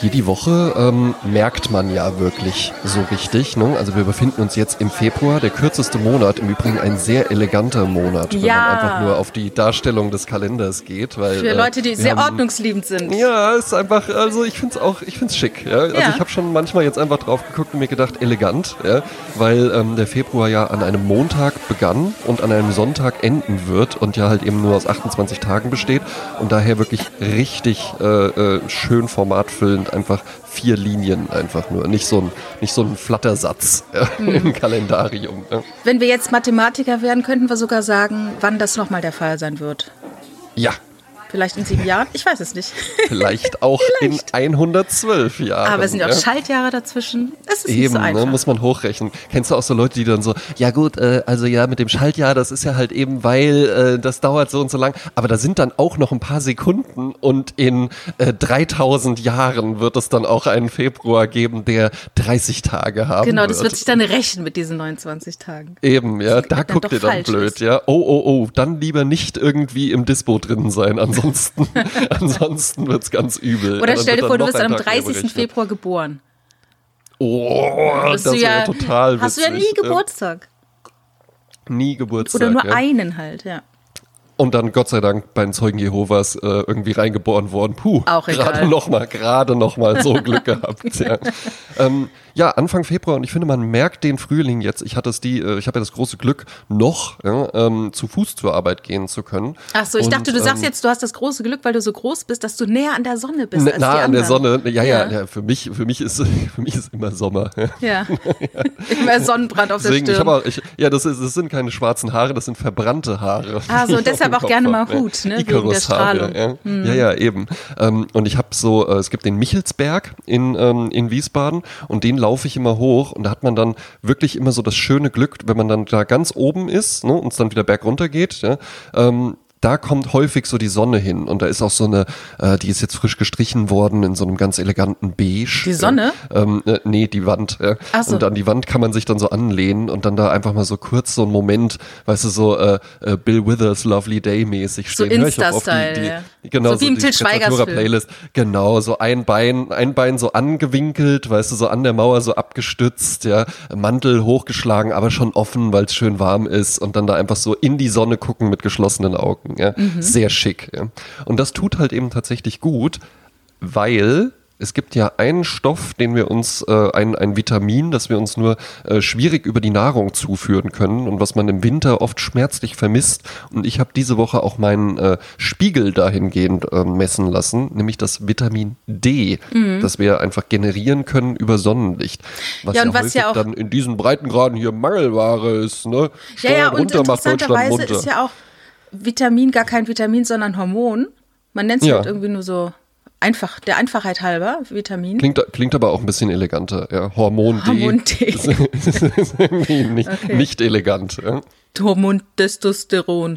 hier die Woche merkt man ja wirklich so richtig. Ne? Also wir befinden uns jetzt im Februar, der kürzeste Monat, im Übrigen ein sehr eleganter Monat, wenn man einfach nur auf die Darstellung des Kalenders geht. Weil, für Leute, die sehr ordnungsliebend sind. Ja, ist einfach, also ich finde es schick. Ja? Also ich habe schon manchmal jetzt einfach drauf geguckt und mir gedacht, elegant, ja? Weil der Februar ja an einem Montag begann und an einem Sonntag enden wird und ja halt eben nur aus 28 Tagen besteht und daher wirklich richtig schön formatfüllend, einfach 4 Linien einfach nur, nicht so ein Flattersatz im Kalendarium. Ja. Wenn wir jetzt Mathematiker wären, könnten wir sogar sagen, wann das nochmal der Fall sein wird. Ja. Vielleicht in 7 Jahren? Ich weiß es nicht. Vielleicht auch in 112 Jahren. Aber es sind ja auch Schaltjahre dazwischen. Das ist eben, nicht so einfach. Ne, muss man hochrechnen. Kennst du auch so Leute, die dann so, ja gut, also ja mit dem Schaltjahr, das ist ja halt eben, weil das dauert so und so lang. Aber da sind dann auch noch ein paar Sekunden und in 3000 Jahren wird es dann auch einen Februar geben, der 30 Tage haben Genau, wird. das wird sich dann rechnen mit diesen 29 Tagen. Eben, ja, da guckt ihr dann blöd, ja. Oh, dann lieber nicht irgendwie im Dispo drin sein, Ansonsten wird's ganz übel. Oder stell dir vor, du wirst dann am 30. Februar geboren. Oh, das wäre total witzig. Hast du ja nie Geburtstag. Nie Geburtstag. Oder nur einen halt, ja. Und dann Gott sei Dank bei den Zeugen Jehovas irgendwie reingeboren worden. Puh, auch gerade noch mal so Glück gehabt. Ja. Anfang Februar und ich finde, man merkt den Frühling jetzt. Ich habe ja das große Glück, noch zu Fuß zur Arbeit gehen zu können. Ach so, ich dachte, du sagst jetzt, du hast das große Glück, weil du so groß bist, dass du näher an der Sonne bist als die nah an der anderen. Sonne, ja. Für mich ist immer Sommer. Ja, immer Sonnenbrand auf der Stirn. Das sind keine schwarzen Haare, das sind verbrannte Haare. Ah so, deshalb auch gerne mal Hut, ne? Wegen der Strahlung. Ja, eben. Und ich habe es gibt den Michelsberg in Wiesbaden und den laufe ich immer hoch und da hat man dann wirklich immer so das schöne Glück, wenn man dann da ganz oben ist, ne, und es dann wieder bergunter geht, ja, da kommt häufig so die Sonne hin und da ist auch so eine, die ist jetzt frisch gestrichen worden in so einem ganz eleganten Beige. Die Sonne? Nee, die Wand. Ach so. Und an die Wand kann man sich dann so anlehnen und dann da einfach mal so kurz so einen Moment, weißt du, so Bill Withers Lovely Day mäßig stehen. So Insta-Style, ja. Genau, so wie im Til Schweigers Playlist. Genau, so ein Bein so angewinkelt, weißt du, so an der Mauer so abgestützt, ja, Mantel hochgeschlagen, aber schon offen, weil es schön warm ist und dann da einfach so in die Sonne gucken mit geschlossenen Augen. Ja, sehr schick. Ja. Und das tut halt eben tatsächlich gut, weil es gibt ja einen Stoff, den wir uns, ein Vitamin, das wir uns nur schwierig über die Nahrung zuführen können und was man im Winter oft schmerzlich vermisst. Und ich habe diese Woche auch meinen Spiegel dahingehend messen lassen, nämlich das Vitamin D, das wir einfach generieren können über Sonnenlicht. Was häufig ja auch dann in diesen Breitengraden hier Mangelware ist. Ne? Ja, und interessanterweise ist ja auch Vitamin gar kein Vitamin, sondern Hormon. Man nennt es halt irgendwie nur so einfach, der Einfachheit halber, Vitamin. Klingt aber auch ein bisschen eleganter. Ja. Hormon D. ist irgendwie nicht elegant. Ja. Hormon Testosteron.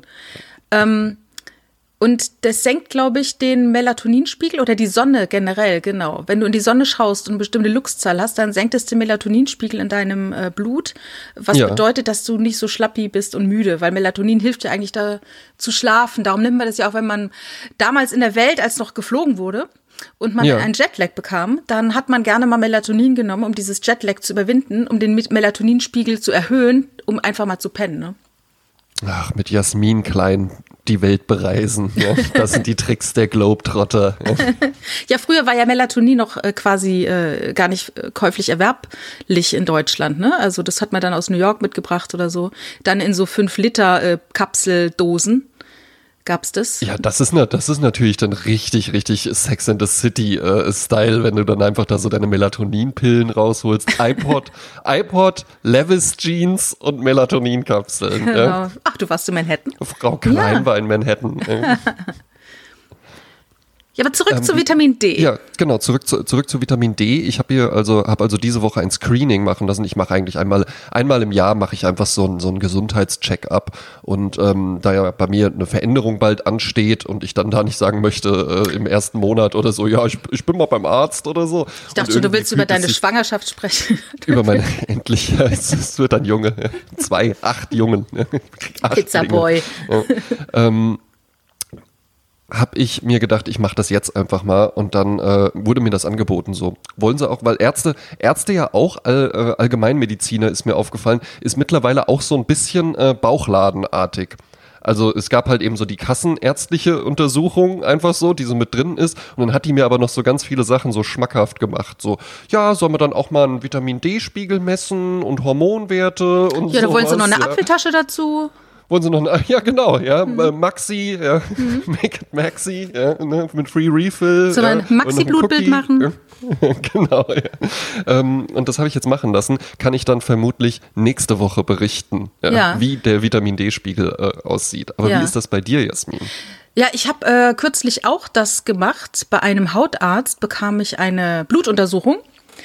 Und das senkt, glaube ich, den Melatoninspiegel oder die Sonne generell, genau. Wenn du in die Sonne schaust und eine bestimmte Luxzahl hast, dann senkt es den Melatoninspiegel in deinem Blut, was bedeutet, dass du nicht so schlappi bist und müde, weil Melatonin hilft ja eigentlich da zu schlafen. Darum nimmt man das ja auch, wenn man damals in der Welt, als noch geflogen wurde und man einen Jetlag bekam, dann hat man gerne mal Melatonin genommen, um dieses Jetlag zu überwinden, um den Melatoninspiegel zu erhöhen, um einfach mal zu pennen, ne? Ach, mit Jasmin Klein die Welt bereisen. Ja. Das sind die Tricks der Globetrotter. Ja, früher war ja Melatonin noch quasi gar nicht käuflich erwerblich in Deutschland. Ne? Also das hat man dann aus New York mitgebracht oder so. Dann in so 5-Liter Kapseldosen gab's das. Ja, das ist natürlich dann richtig Sex and the City Style, wenn du dann einfach da so deine Melatoninpillen rausholst. iPod, Levi's Jeans und Melatoninkapseln. Genau. Ja. Ach, du warst in Manhattan? Frau Klein war in Manhattan. Ja, aber zurück zu Vitamin D. Ja, genau, zurück zu Vitamin D. Ich habe also diese Woche ein Screening machen lassen. Ich mache eigentlich einmal im Jahr mache ich einfach so ein Gesundheitscheck-up. Und da ja bei mir eine Veränderung bald ansteht und ich dann da nicht sagen möchte im ersten Monat oder so, ja, ich bin mal beim Arzt oder so. Ich dachte schon, du willst über deine Schwangerschaft sprechen. Über meine, endlich, ja, es wird ein Junge. 8 Jungen. Pizzaboy. Ja. habe ich mir gedacht, ich mache das jetzt einfach mal und dann wurde mir das angeboten so. Wollen sie auch, weil Ärzte ja auch, Allgemeinmediziner ist mir aufgefallen, ist mittlerweile auch so ein bisschen bauchladenartig. Also es gab halt eben so die kassenärztliche Untersuchung einfach so, die so mit drin ist und dann hat die mir aber noch so ganz viele Sachen so schmackhaft gemacht. So, ja, sollen wir dann auch mal einen Vitamin-D-Spiegel messen und Hormonwerte und so. Ja, da wollen sie noch eine Apfeltasche dazu. Wollen sie noch ja genau, ja, Maxi, ja, Make it Maxi, ja, ne, mit Free Refill. Sollen wir ein Maxi-Blutbild machen? Genau, ja. Und das habe ich jetzt machen lassen, kann ich dann vermutlich nächste Woche berichten, wie der Vitamin-D-Spiegel aussieht. Aber wie ist das bei dir, Jasmin? Ja, ich habe kürzlich auch das gemacht. Bei einem Hautarzt bekam ich eine Blutuntersuchung.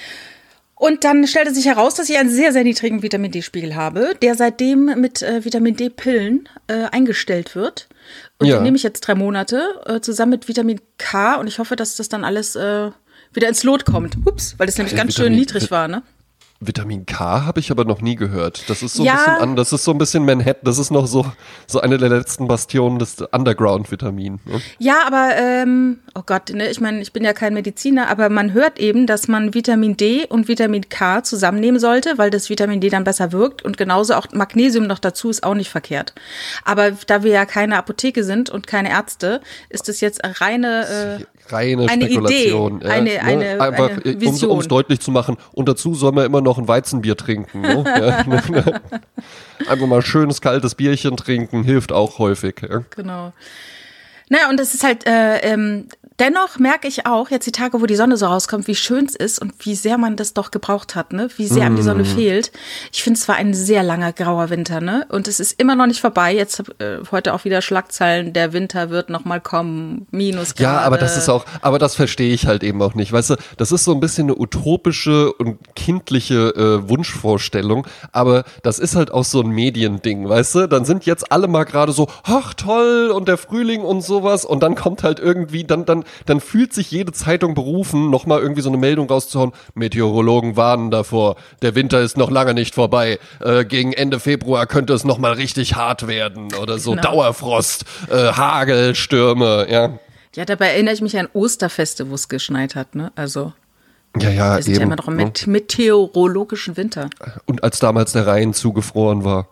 Und dann stellte sich heraus, dass ich einen sehr, sehr niedrigen Vitamin-D-Spiegel habe, der seitdem mit Vitamin-D-Pillen eingestellt wird. Und den nehme ich jetzt 3 Monate zusammen mit Vitamin K. Und ich hoffe, dass das dann alles wieder ins Lot kommt. Ups, weil das nämlich ganz schön niedrig war, ne? Vitamin K habe ich aber noch nie gehört. Das ist so ein bisschen anders. Das ist so ein bisschen Manhattan. Das ist noch so eine der letzten Bastionen des Underground-Vitamin. Ne? Ja, aber, oh Gott, ne, ich meine, ich bin ja kein Mediziner, aber man hört eben, dass man Vitamin D und Vitamin K zusammennehmen sollte, weil das Vitamin D dann besser wirkt und genauso auch Magnesium noch dazu ist auch nicht verkehrt. Aber da wir ja keine Apotheke sind und keine Ärzte, ist es jetzt reine Spekulation. Idee, einfach, eine Vision. Um es deutlich zu machen. Und dazu soll man immer noch ein Weizenbier trinken. Ne? Einfach mal schönes, kaltes Bierchen trinken, hilft auch häufig. Ja? Genau. Naja, und es ist halt, dennoch merke ich auch, jetzt die Tage, wo die Sonne so rauskommt, wie schön es ist und wie sehr man das doch gebraucht hat, ne? Wie sehr einem die Sonne fehlt. Ich finde, es war ein sehr langer, grauer Winter, ne? Und es ist immer noch nicht vorbei. Jetzt heute auch wieder Schlagzeilen, der Winter wird noch mal kommen, Minusgrade. Ja, aber das verstehe ich halt eben auch nicht. Weißt du, das ist so ein bisschen eine utopische und kindliche Wunschvorstellung, aber das ist halt auch so ein Mediending, weißt du? Dann sind jetzt alle mal gerade so, ach toll, und der Frühling und sowas und dann kommt halt irgendwie, dann fühlt sich jede Zeitung berufen, nochmal irgendwie so eine Meldung rauszuhauen, Meteorologen warnen davor, der Winter ist noch lange nicht vorbei, gegen Ende Februar könnte es nochmal richtig hart werden oder so, genau. Dauerfrost, Hagel, Stürme, ja. Ja, dabei erinnere ich mich an Osterfeste, wo es geschneit hat, ne, also. Ja, wir sind ja immer noch im meteorologischen Winter. Und als damals der Rhein zugefroren war.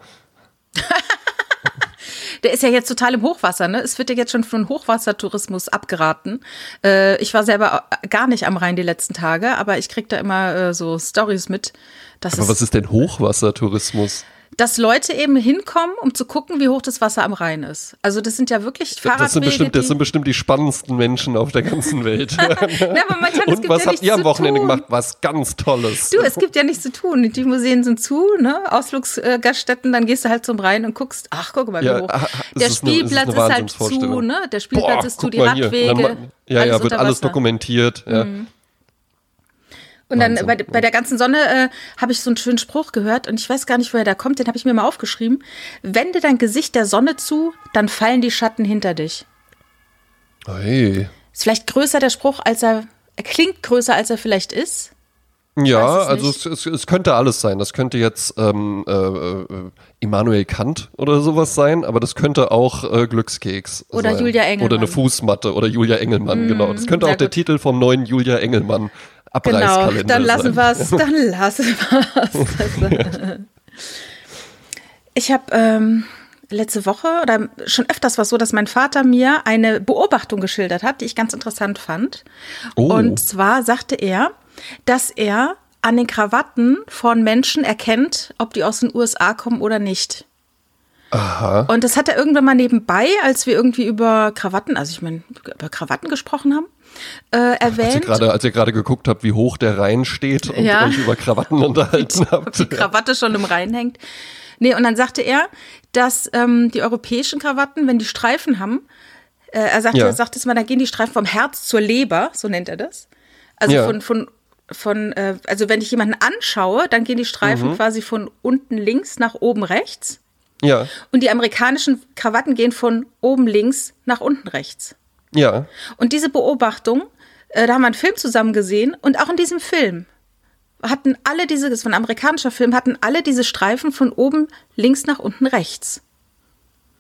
Der ist ja jetzt total im Hochwasser, ne? Es wird ja jetzt schon von Hochwassertourismus abgeraten. Ich war selber gar nicht am Rhein die letzten Tage, aber ich krieg da immer so Storys mit. Aber was ist denn Hochwassertourismus? Dass Leute eben hinkommen, um zu gucken, wie hoch das Wasser am Rhein ist. Also das sind ja wirklich Fahrradwege. Das sind bestimmt die spannendsten Menschen auf der ganzen Welt. Na, aber manchmal, und was habt ihr am Wochenende gemacht? Was ganz Tolles. Du, es gibt ja nichts zu tun. Die Museen sind zu, ne? Ausflugsgaststätten, dann gehst du halt zum Rhein und guckst, ach, guck mal, wie hoch. Der Spielplatz ist halt zu, ne? Der Spielplatz ist zu, die Radwege. Wird alles dokumentiert. Ja. Und dann bei der ganzen Sonne habe ich so einen schönen Spruch gehört und ich weiß gar nicht, woher der kommt, den habe ich mir mal aufgeschrieben. Wende dein Gesicht der Sonne zu, dann fallen die Schatten hinter dich. Hey. Ist vielleicht größer der Spruch, er klingt größer, als er vielleicht ist. Ja, also es könnte alles sein. Das könnte jetzt Immanuel Kant oder sowas sein, aber das könnte auch Glückskeks oder sein. Julia Engelmann. Oder eine Fußmatte oder Julia Engelmann, genau. Das könnte auch der Titel vom neuen Julia Engelmann Abreißkalender sein. Genau, dann lassen wir es. Ich habe letzte Woche oder schon öfters war es so, dass mein Vater mir eine Beobachtung geschildert hat, die ich ganz interessant fand. Oh. Und zwar sagte er, dass er an den Krawatten von Menschen erkennt, ob die aus den USA kommen oder nicht. Aha. Und das hat er irgendwann mal nebenbei, als wir irgendwie über Krawatten gesprochen haben, erwähnt. Als ihr gerade geguckt habt, wie hoch der Rhein steht und euch über Krawatten unterhalten habt. Die Krawatte schon im Rhein hängt. Nee, und dann sagte er, dass die europäischen Krawatten, wenn die Streifen haben, er sagt jetzt mal, da gehen die Streifen vom Herz zur Leber, so nennt er das. Also also wenn ich jemanden anschaue, dann gehen die Streifen quasi von unten links nach oben rechts. Ja. Und die amerikanischen Krawatten gehen von oben links nach unten rechts. Ja. Und diese Beobachtung, da haben wir einen Film zusammen gesehen und auch in diesem Film hatten alle das war ein amerikanischer Film, hatten alle diese Streifen von oben links nach unten rechts.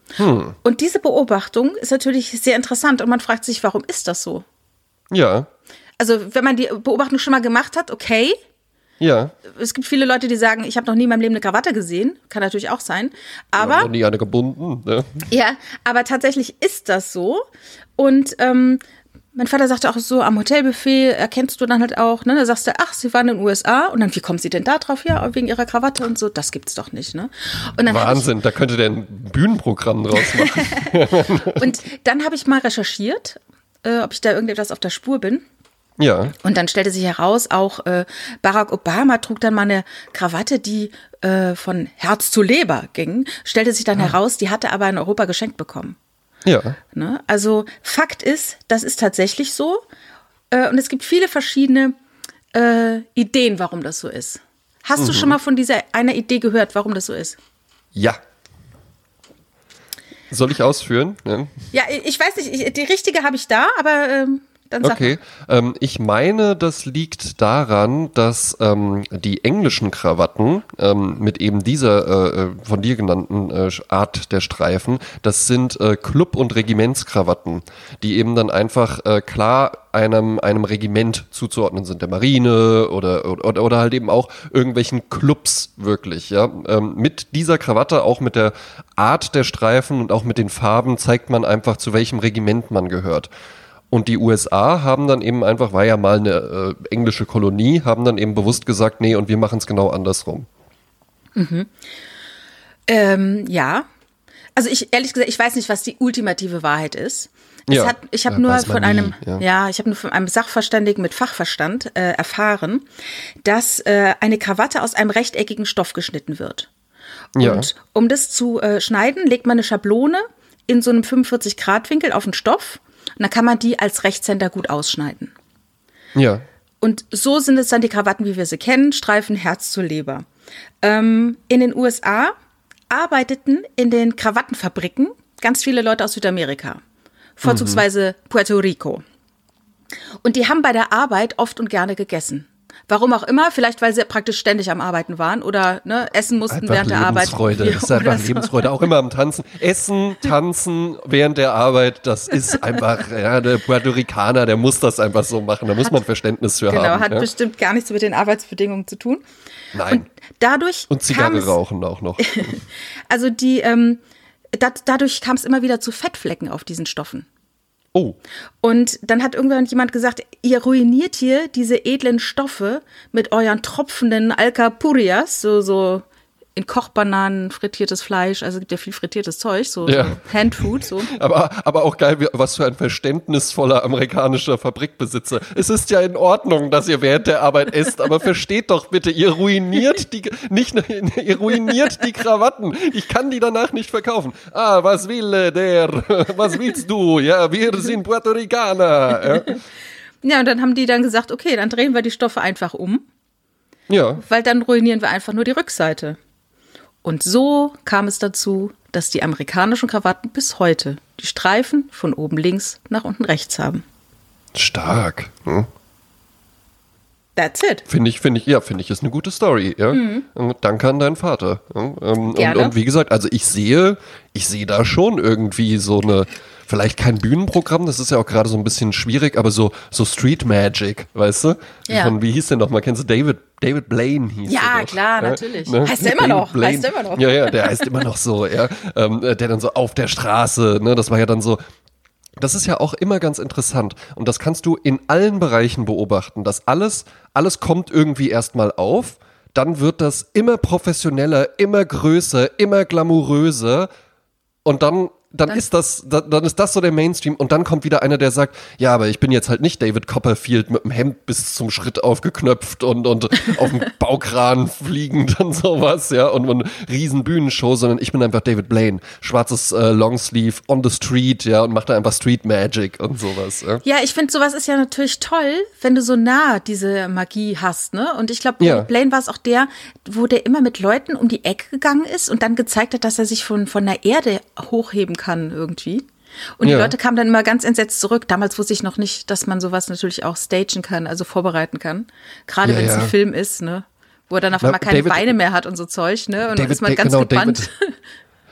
Und diese Beobachtung ist natürlich sehr interessant und man fragt sich, warum ist das so? Ja. Also wenn man die Beobachtung schon mal gemacht hat, okay. Ja. Es gibt viele Leute, die sagen, ich habe noch nie in meinem Leben eine Krawatte gesehen. Kann natürlich auch sein. Aber noch nie eine gebunden. Ne? Ja, aber tatsächlich ist das so. Und mein Vater sagte auch so, am Hotelbuffet erkennst du dann halt auch, ne? Da sagst du, ach, sie waren in den USA. Und dann, wie kommen sie denn da drauf? Ja, wegen ihrer Krawatte und so. Das gibt's doch nicht, ne? Und dann Wahnsinn, da könnte der ein Bühnenprogramm draus machen. Und dann habe ich mal recherchiert, ob ich da irgendetwas auf der Spur bin. Ja. Und dann stellte sich heraus, auch Barack Obama trug dann mal eine Krawatte, die von Herz zu Leber ging. Stellte sich dann heraus, die hatte aber in Europa geschenkt bekommen. Ja. Ne? Also Fakt ist, das ist tatsächlich so. Und es gibt viele verschiedene Ideen, warum das so ist. Hast du schon mal von dieser einer Idee gehört, warum das so ist? Ja. Soll ich ausführen? Ja, ich weiß nicht, die richtige habe ich da, aber dann sag okay, ich meine, das liegt daran, dass die englischen Krawatten mit eben dieser von dir genannten Art der Streifen, das sind Club- und Regimentskrawatten, die eben dann einfach klar einem Regiment zuzuordnen sind, der Marine oder halt eben auch irgendwelchen Clubs wirklich. Ja, mit dieser Krawatte, auch mit der Art der Streifen und auch mit den Farben zeigt man einfach, zu welchem Regiment man gehört. Und die USA haben dann eben einfach, war ja mal eine englische Kolonie, haben dann eben bewusst gesagt, nee, und wir machen es genau andersrum. Ja. Also ehrlich gesagt, ich weiß nicht, was die ultimative Wahrheit ist. Ich habe nur von einem Sachverständigen mit Fachverstand erfahren, dass eine Krawatte aus einem rechteckigen Stoff geschnitten wird. Und um das zu schneiden, legt man eine Schablone in so einem 45-Grad-Winkel auf den Stoff. Und dann kann man die als Rechtshänder gut ausschneiden. Ja. Und so sind es dann die Krawatten, wie wir sie kennen, Streifen, Herz zur Leber. In den USA arbeiteten in den Krawattenfabriken ganz viele Leute aus Südamerika, vorzugsweise Puerto Rico. Und die haben bei der Arbeit oft und gerne gegessen. Warum auch immer, vielleicht weil sie praktisch ständig am Arbeiten waren oder essen mussten einfach während der Arbeit. Das ist einfach Lebensfreude, auch immer am Tanzen. Essen, tanzen während der Arbeit, das ist einfach, der Puerto Ricaner, der muss das einfach so machen, da muss man Verständnis für haben. Genau, hat bestimmt gar nichts mit den Arbeitsbedingungen zu tun. Nein. Und Zigarre rauchen auch noch. Also dadurch kam es immer wieder zu Fettflecken auf diesen Stoffen. Oh. Und dann hat irgendwann jemand gesagt, ihr ruiniert hier diese edlen Stoffe mit euren tropfenden Alcapurrias, so in Kochbananen frittiertes Fleisch, also gibt ja viel frittiertes Zeug, so Handfood. So. Aber auch geil, was für ein verständnisvoller amerikanischer Fabrikbesitzer. Es ist ja in Ordnung, dass ihr während der Arbeit esst, aber versteht doch bitte, ihr ruiniert die Krawatten. Ich kann die danach nicht verkaufen. Was will der? Was willst du? Ja, wir sind Puerto Ricaner. Ja, und dann haben die dann gesagt, okay, dann drehen wir die Stoffe einfach um. Ja. Weil dann ruinieren wir einfach nur die Rückseite. Und so kam es dazu, dass die amerikanischen Krawatten bis heute die Streifen von oben links nach unten rechts haben. Stark. Hm? That's it. Finde ich, ist eine gute Story. Ja? Danke an deinen Vater. Gerne. Und wie gesagt, also ich sehe da schon irgendwie so eine, vielleicht kein Bühnenprogramm, das ist ja auch gerade so ein bisschen schwierig, aber so Street Magic, weißt du? Ja. Wie hieß der noch? Mal kennst du David Blaine hieß der Ja, doch. klar, natürlich. Ne? Heißt der immer noch. Ja, der heißt immer noch so, ja. Der dann so auf der Straße, ne, das war ja dann so. Das ist ja auch immer ganz interessant und das kannst du in allen Bereichen beobachten, dass alles kommt irgendwie erstmal auf, dann wird das immer professioneller, immer größer, immer glamouröser und dann ist das so der Mainstream und dann kommt wieder einer, der sagt, ja, aber ich bin jetzt halt nicht David Copperfield mit dem Hemd bis zum Schritt aufgeknöpft und auf dem Baukran fliegend und sowas, ja, und riesen Bühnenshow, sondern ich bin einfach David Blaine, schwarzes Longsleeve on the street, ja, und macht da einfach Street Magic und sowas. Ja, ich finde, sowas ist ja natürlich toll, wenn du so nah diese Magie hast, ne? Und ich glaube, David Blaine war es auch wo der immer mit Leuten um die Ecke gegangen ist und dann gezeigt hat, dass er sich von der Erde hochheben kann irgendwie. Und die Leute kamen dann immer ganz entsetzt zurück. Damals wusste ich noch nicht, dass man sowas natürlich auch stagen kann, also vorbereiten kann. Gerade wenn es ein Film ist, ne? Wo er dann auf einmal keine Beine mehr hat und so Zeug, ne? Und dann ist man ganz gebannt.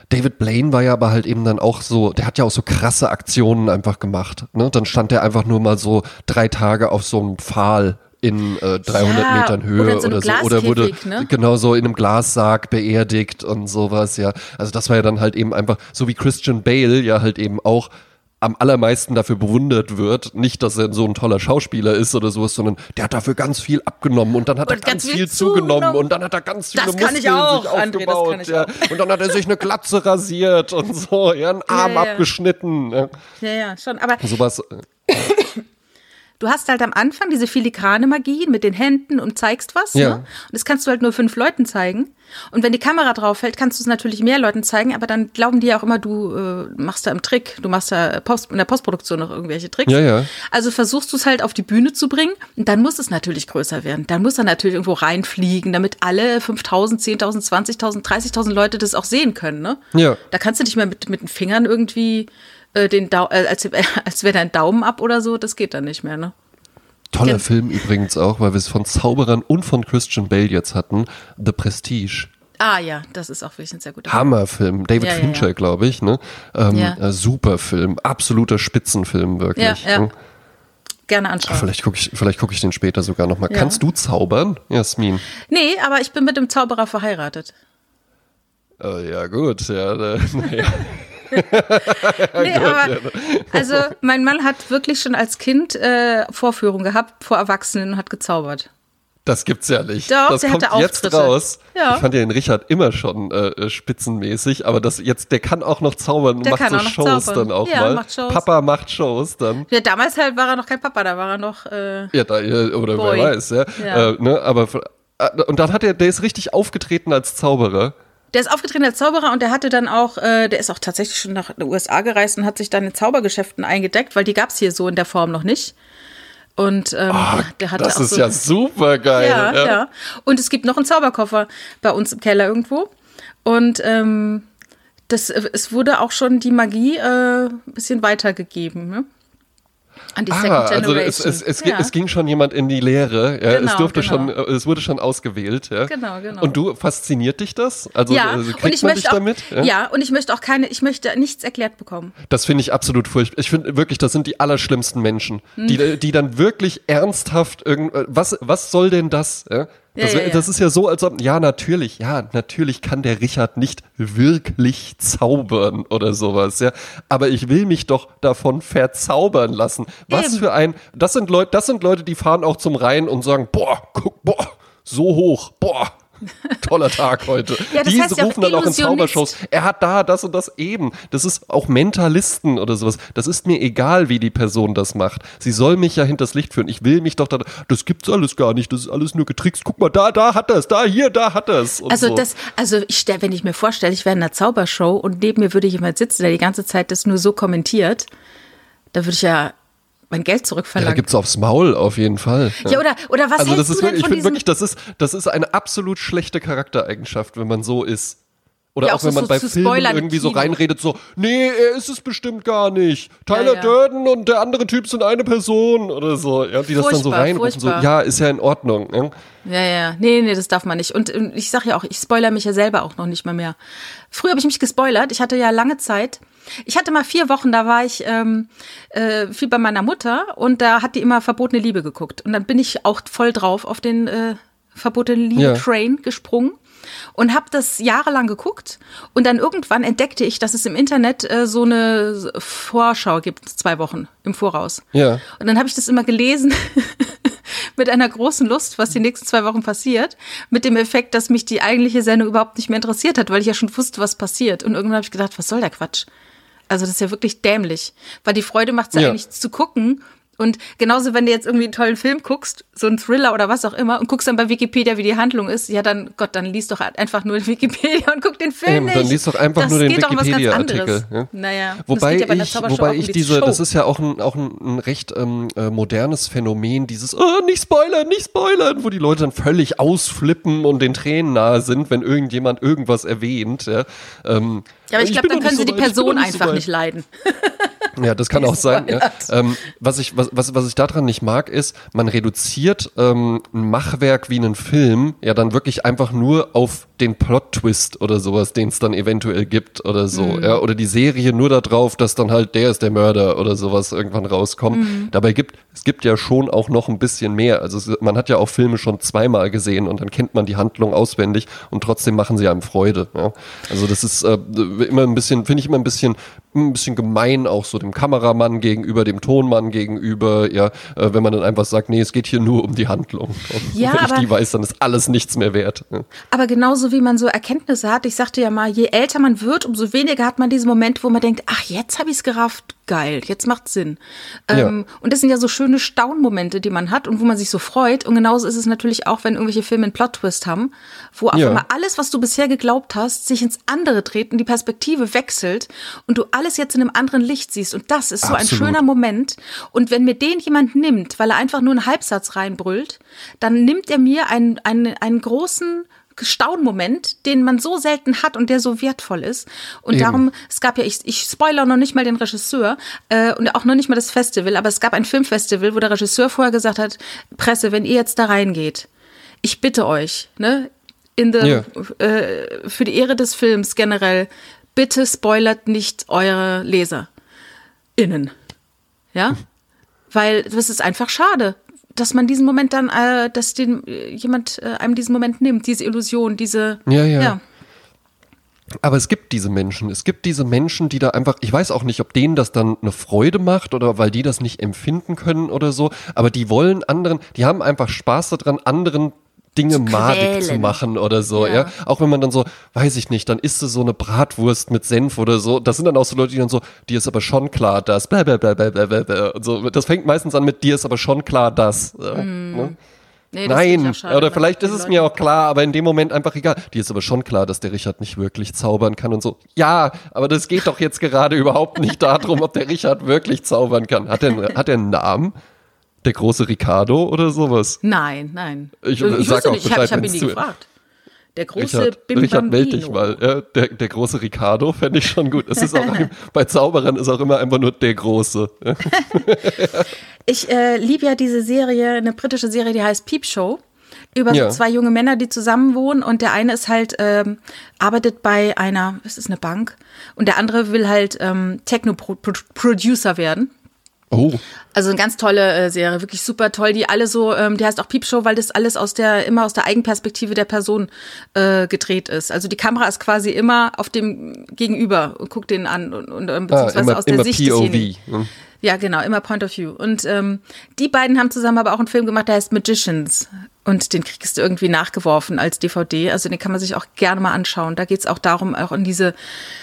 David Blaine war ja aber halt eben dann auch so, der hat ja auch so krasse Aktionen einfach gemacht. Ne? Dann stand der einfach nur mal so 3 Tage auf so einem Pfahl in 300 Metern Höhe oder so. Oder wurde genau so in einem Glassarg beerdigt und sowas, ja. Also das war ja dann halt eben einfach, so wie Christian Bale ja halt eben auch am allermeisten dafür bewundert wird, nicht, dass er so ein toller Schauspieler ist oder sowas, sondern der hat dafür ganz viel abgenommen und dann hat er ganz viel zugenommen und dann hat er ganz viele Muskeln sich aufgebaut. Und dann hat er sich eine Glatze rasiert und so, einen Arm abgeschnitten. Ja, schon, aber sowas. Du hast halt am Anfang diese filigrane Magie mit den Händen und zeigst was, ne? Und das kannst du halt nur 5 Leuten zeigen. Und wenn die Kamera drauf fällt, kannst du es natürlich mehr Leuten zeigen, aber dann glauben die ja auch immer, du machst da im Trick, du machst da in der Postproduktion noch irgendwelche Tricks. Ja. Also versuchst du es halt auf die Bühne zu bringen und dann muss es natürlich größer werden. Dann muss er natürlich irgendwo reinfliegen, damit alle 5.000, 10.000, 20.000, 30.000 Leute das auch sehen können, ne? Ja. Da kannst du nicht mehr mit den Fingern irgendwie als wäre dein Daumen ab oder so, das geht dann nicht mehr, ne? Toller Film übrigens auch, weil wir es von Zauberern und von Christian Bale jetzt hatten, The Prestige. Ah ja, das ist auch wirklich ein sehr guter Hammerfilm, David Fincher, glaube ich, ne? Super Film, absoluter Spitzenfilm, wirklich. Ja. Gerne anschauen. Vielleicht guck ich den später sogar nochmal. Kannst du zaubern, Jasmin? Nee, aber ich bin mit dem Zauberer verheiratet. Ja gut, naja. Nee, aber also mein Mann hat wirklich schon als Kind Vorführungen gehabt vor Erwachsenen und hat gezaubert. Das gibt's ja nicht. Doch, das der kommt hatte jetzt raus. Ja. Ich fand ja den Richard immer schon spitzenmäßig, aber der kann auch noch zaubern und macht so Shows dann auch mal. Macht Shows. Papa macht Shows dann. Ja, damals halt war er noch kein Papa, da war er noch oder Boy. Wer weiß, ja. Aber und dann der ist richtig aufgetreten als Zauberer. Der ist aufgetreten als Zauberer und der hatte dann auch, der ist auch tatsächlich schon nach den USA gereist und hat sich dann in Zaubergeschäften eingedeckt, weil die gab es hier so in der Form noch nicht. Und der hatte das auch ist ja super geil. Ja. Und es gibt noch einen Zauberkoffer bei uns im Keller irgendwo. Und es wurde auch schon die Magie ein bisschen weitergegeben, ne? An die Second Generation. Also es ging schon jemand in die Lehre. Ja, genau, es wurde schon ausgewählt. Ja. Genau. Und fasziniert dich das? Also kriegt man dich damit? Ja, und ich möchte nichts erklärt bekommen. Das finde ich absolut furchtbar. Ich finde wirklich, das sind die allerschlimmsten Menschen, die dann wirklich ernsthaft was soll denn das? Ja? Das ist ja so, als ob, natürlich kann der Richard nicht wirklich zaubern oder sowas, ja. Aber ich will mich doch davon verzaubern lassen. Das sind Leute, die fahren auch zum Rhein und sagen, so hoch, toller Tag heute. Die rufen dann auch in Zaubershows, er hat da das und das eben. Das ist auch Mentalisten oder sowas. Das ist mir egal, wie die Person das macht. Sie soll mich ja hinters Licht führen. Ich will mich doch das gibt's alles gar nicht. Das ist alles nur getrickst. Guck mal, da hat das, da hat das. Wenn ich mir vorstelle, ich wäre in einer Zaubershow und neben mir würde jemand sitzen, der die ganze Zeit das nur so kommentiert, da würde ich ja mein Geld zurückverlangen. Ja, da gibt's aufs Maul auf jeden Fall. Ja, oder was hältst du denn ich finde wirklich, das ist eine absolut schlechte Charaktereigenschaft, wenn man so ist. Oder auch wenn man bei Filmen irgendwie so reinredet, so, nee, er ist es bestimmt gar nicht. Tyler Durden und der andere Typ sind eine Person oder so. Ja, die das dann so reinrufen, so, ist ja in Ordnung. Ne? Ja. Nee, das darf man nicht. Und ich sag ja auch, ich spoilere mich ja selber auch noch nicht mal mehr. Früher habe ich mich gespoilert. Ich hatte ja lange Zeit. Ich hatte mal 4 Wochen, da war ich viel bei meiner Mutter und da hat die immer Verbotene Liebe geguckt. Und dann bin ich auch voll drauf auf den Verbotene Liebe-Train gesprungen und habe das jahrelang geguckt. Und dann irgendwann entdeckte ich, dass es im Internet so eine Vorschau gibt, 2 Wochen im Voraus. Ja. Und dann habe ich das immer gelesen mit einer großen Lust, was die nächsten 2 Wochen passiert, mit dem Effekt, dass mich die eigentliche Sendung überhaupt nicht mehr interessiert hat, weil ich ja schon wusste, was passiert. Und irgendwann habe ich gedacht, was soll der Quatsch? Also das ist ja wirklich dämlich, weil die Freude macht es ja eigentlich zu gucken. Und genauso, wenn du jetzt irgendwie einen tollen Film guckst, so einen Thriller oder was auch immer, und guckst dann bei Wikipedia, wie die Handlung ist, dann liest doch einfach nur Wikipedia und guck den Film nicht. Dann liest doch einfach nur den Wikipedia-Artikel. Ja? Naja, wobei ich das ist ja auch ein recht modernes Phänomen, dieses nicht spoilern, wo die Leute dann völlig ausflippen und den Tränen nahe sind, wenn irgendjemand irgendwas erwähnt. Ja, aber ich glaube, dann können sie die Person einfach nicht leiden. Ja, das kann auch sein. Ja. Was ich daran nicht mag, ist, man reduziert ein Machwerk wie einen Film ja dann wirklich einfach nur auf den Plot-Twist oder sowas, den es dann eventuell gibt oder so. Ja? Oder die Serie nur darauf, dass dann halt der ist der Mörder oder sowas irgendwann rauskommt. Dabei es gibt ja schon auch noch ein bisschen mehr. Also man hat ja auch Filme schon zweimal gesehen und dann kennt man die Handlung auswendig und trotzdem machen sie einem Freude. Ja? Also das ist immer ein bisschen, finde ich immer ein bisschen gemein auch so dem Kameramann gegenüber, dem Tonmann gegenüber, ja, wenn man dann einfach sagt, nee, es geht hier nur um die Handlung. Und ja, wenn ich die weiß, dann ist alles nichts mehr wert. Ja. Aber genauso wie man so Erkenntnisse hat, ich sagte ja mal, je älter man wird, umso weniger hat man diese Momente, wo man denkt, ach, jetzt habe ich es gerafft, geil, jetzt macht's Sinn. Und das sind ja so schöne Staunmomente, die man hat und wo man sich so freut. Und genauso ist es natürlich auch, wenn irgendwelche Filme einen Plot-Twist haben, wo auf einmal alles, was du bisher geglaubt hast, sich ins andere dreht und die Perspektive wechselt und du alles jetzt in einem anderen Licht siehst. Und das ist so ein schöner Moment. Und wenn mir den jemand nimmt, weil er einfach nur einen Halbsatz reinbrüllt, dann nimmt er mir einen großen Staunmoment, den man so selten hat und der so wertvoll ist. Und darum, es gab ja, ich spoilere noch nicht mal den Regisseur und auch noch nicht mal das Festival, aber es gab ein Filmfestival, wo der Regisseur vorher gesagt hat, Presse, wenn ihr jetzt da reingeht, ich bitte euch, ne, für die Ehre des Films generell, bitte spoilert nicht eure LeserInnen. Ja? Weil das ist einfach schade, dass man diesen Moment dann, dass jemand einem diesen Moment nimmt, diese Illusion, diese. Ja. Aber es gibt diese Menschen, die da einfach, ich weiß auch nicht, ob denen das dann eine Freude macht oder weil die das nicht empfinden können oder so, aber die wollen die haben einfach Spaß daran, anderen Dinge madig zu machen oder so, ja. Auch wenn man dann so, weiß ich nicht, dann isst du so eine Bratwurst mit Senf oder so. Das sind dann auch so Leute, die dann so, dir ist aber schon klar, dass blablabla und so. Das fängt meistens an mit, dir ist aber schon klar, dass. Ne? Nee, nein, schade, oder vielleicht ist es mir auch klar, aber in dem Moment einfach egal. Dir ist aber schon klar, dass der Richard nicht wirklich zaubern kann und so. Ja, aber das geht doch jetzt gerade überhaupt nicht darum, ob der Richard wirklich zaubern kann. Hat er einen Namen? Der große Ricardo oder sowas? Nein. Ich sag auch nicht, ich habe ihn nie gefragt. Der große Richard, meld dich mal. Ja, der große Ricardo fände ich schon gut. Es ist auch bei Zauberern ist auch immer einfach nur der Große. Ja. Ich liebe ja diese Serie, eine britische Serie, die heißt Peep Show. Über so zwei junge Männer, die zusammen wohnen und der eine ist halt, arbeitet bei es ist eine Bank und der andere will halt Techno-Producer werden. Oh. Also eine ganz tolle Serie, wirklich super toll, die alle so, die heißt auch Peep Show, weil das alles immer aus der Eigenperspektive der Person gedreht ist. Also die Kamera ist quasi immer auf dem Gegenüber und guckt den an und beziehungsweise aus der Sicht desjenigen. Ja, genau, immer Point of View. Und die beiden haben zusammen aber auch einen Film gemacht, der heißt Magicians. Und den kriegst du irgendwie nachgeworfen als DVD. Also den kann man sich auch gerne mal anschauen. Da geht's auch darum, auch in diese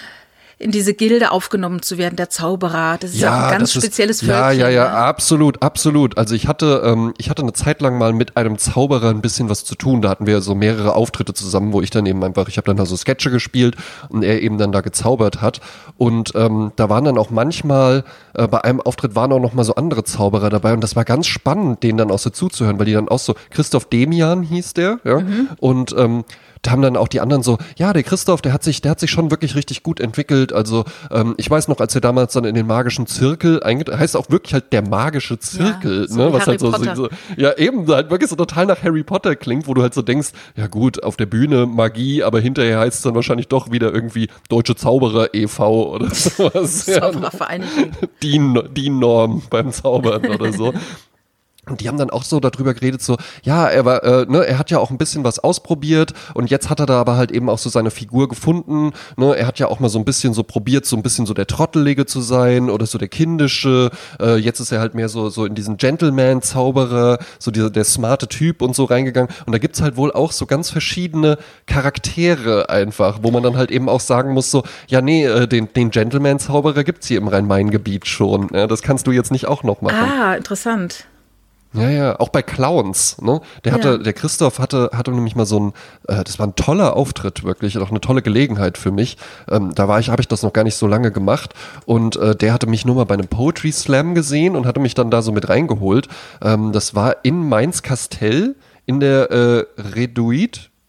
Gilde aufgenommen zu werden, der Zauberer. Das ist ja auch ein ganz spezielles Völkchen. Ja, absolut. Also ich hatte eine Zeit lang mal mit einem Zauberer ein bisschen was zu tun. Da hatten wir so mehrere Auftritte zusammen, wo ich habe dann da so Sketche gespielt und er eben dann da gezaubert hat. Und da waren dann auch manchmal, bei einem Auftritt waren auch noch mal so andere Zauberer dabei und das war ganz spannend, denen dann auch so zuzuhören, weil die dann auch so, Christoph Demian hieß der, ja, und da haben dann auch die anderen so, ja, der Christoph, der hat sich schon wirklich richtig gut entwickelt. Also ich weiß noch, als er damals dann in den magischen Zirkel heißt auch wirklich halt der magische Zirkel, so ne, was Harry halt so, ja eben halt wirklich so total nach Harry Potter klingt, wo du halt so denkst, ja gut, auf der Bühne Magie, aber hinterher heißt es dann wahrscheinlich doch wieder irgendwie Deutsche Zauberer e.V. oder sowas. Zauberervereinigung. DIN-Norm beim Zaubern oder so. Und die haben dann auch so darüber geredet, so, ja, er hat ja auch ein bisschen was ausprobiert und jetzt hat er da aber halt eben auch so seine Figur gefunden, ne, er hat ja auch mal so ein bisschen so probiert, so ein bisschen so der Trottelige zu sein oder so der Kindische, jetzt ist er halt mehr so in diesen Gentleman-Zauberer, so der smarte Typ und so reingegangen und da gibt's halt wohl auch so ganz verschiedene Charaktere einfach, wo man dann halt eben auch sagen muss, so, ja, nee, den Gentleman-Zauberer gibt's hier im Rhein-Main-Gebiet schon, ja, das kannst du jetzt nicht auch noch machen. Ah, interessant. Ja, auch bei Clowns, ne? Der Christoph hatte nämlich mal so das war ein toller Auftritt, wirklich, auch eine tolle Gelegenheit für mich. Habe ich das noch gar nicht so lange gemacht und der hatte mich nur mal bei einem Poetry Slam gesehen und hatte mich dann da so mit reingeholt. Das war in Mainz-Kastell in der Reduit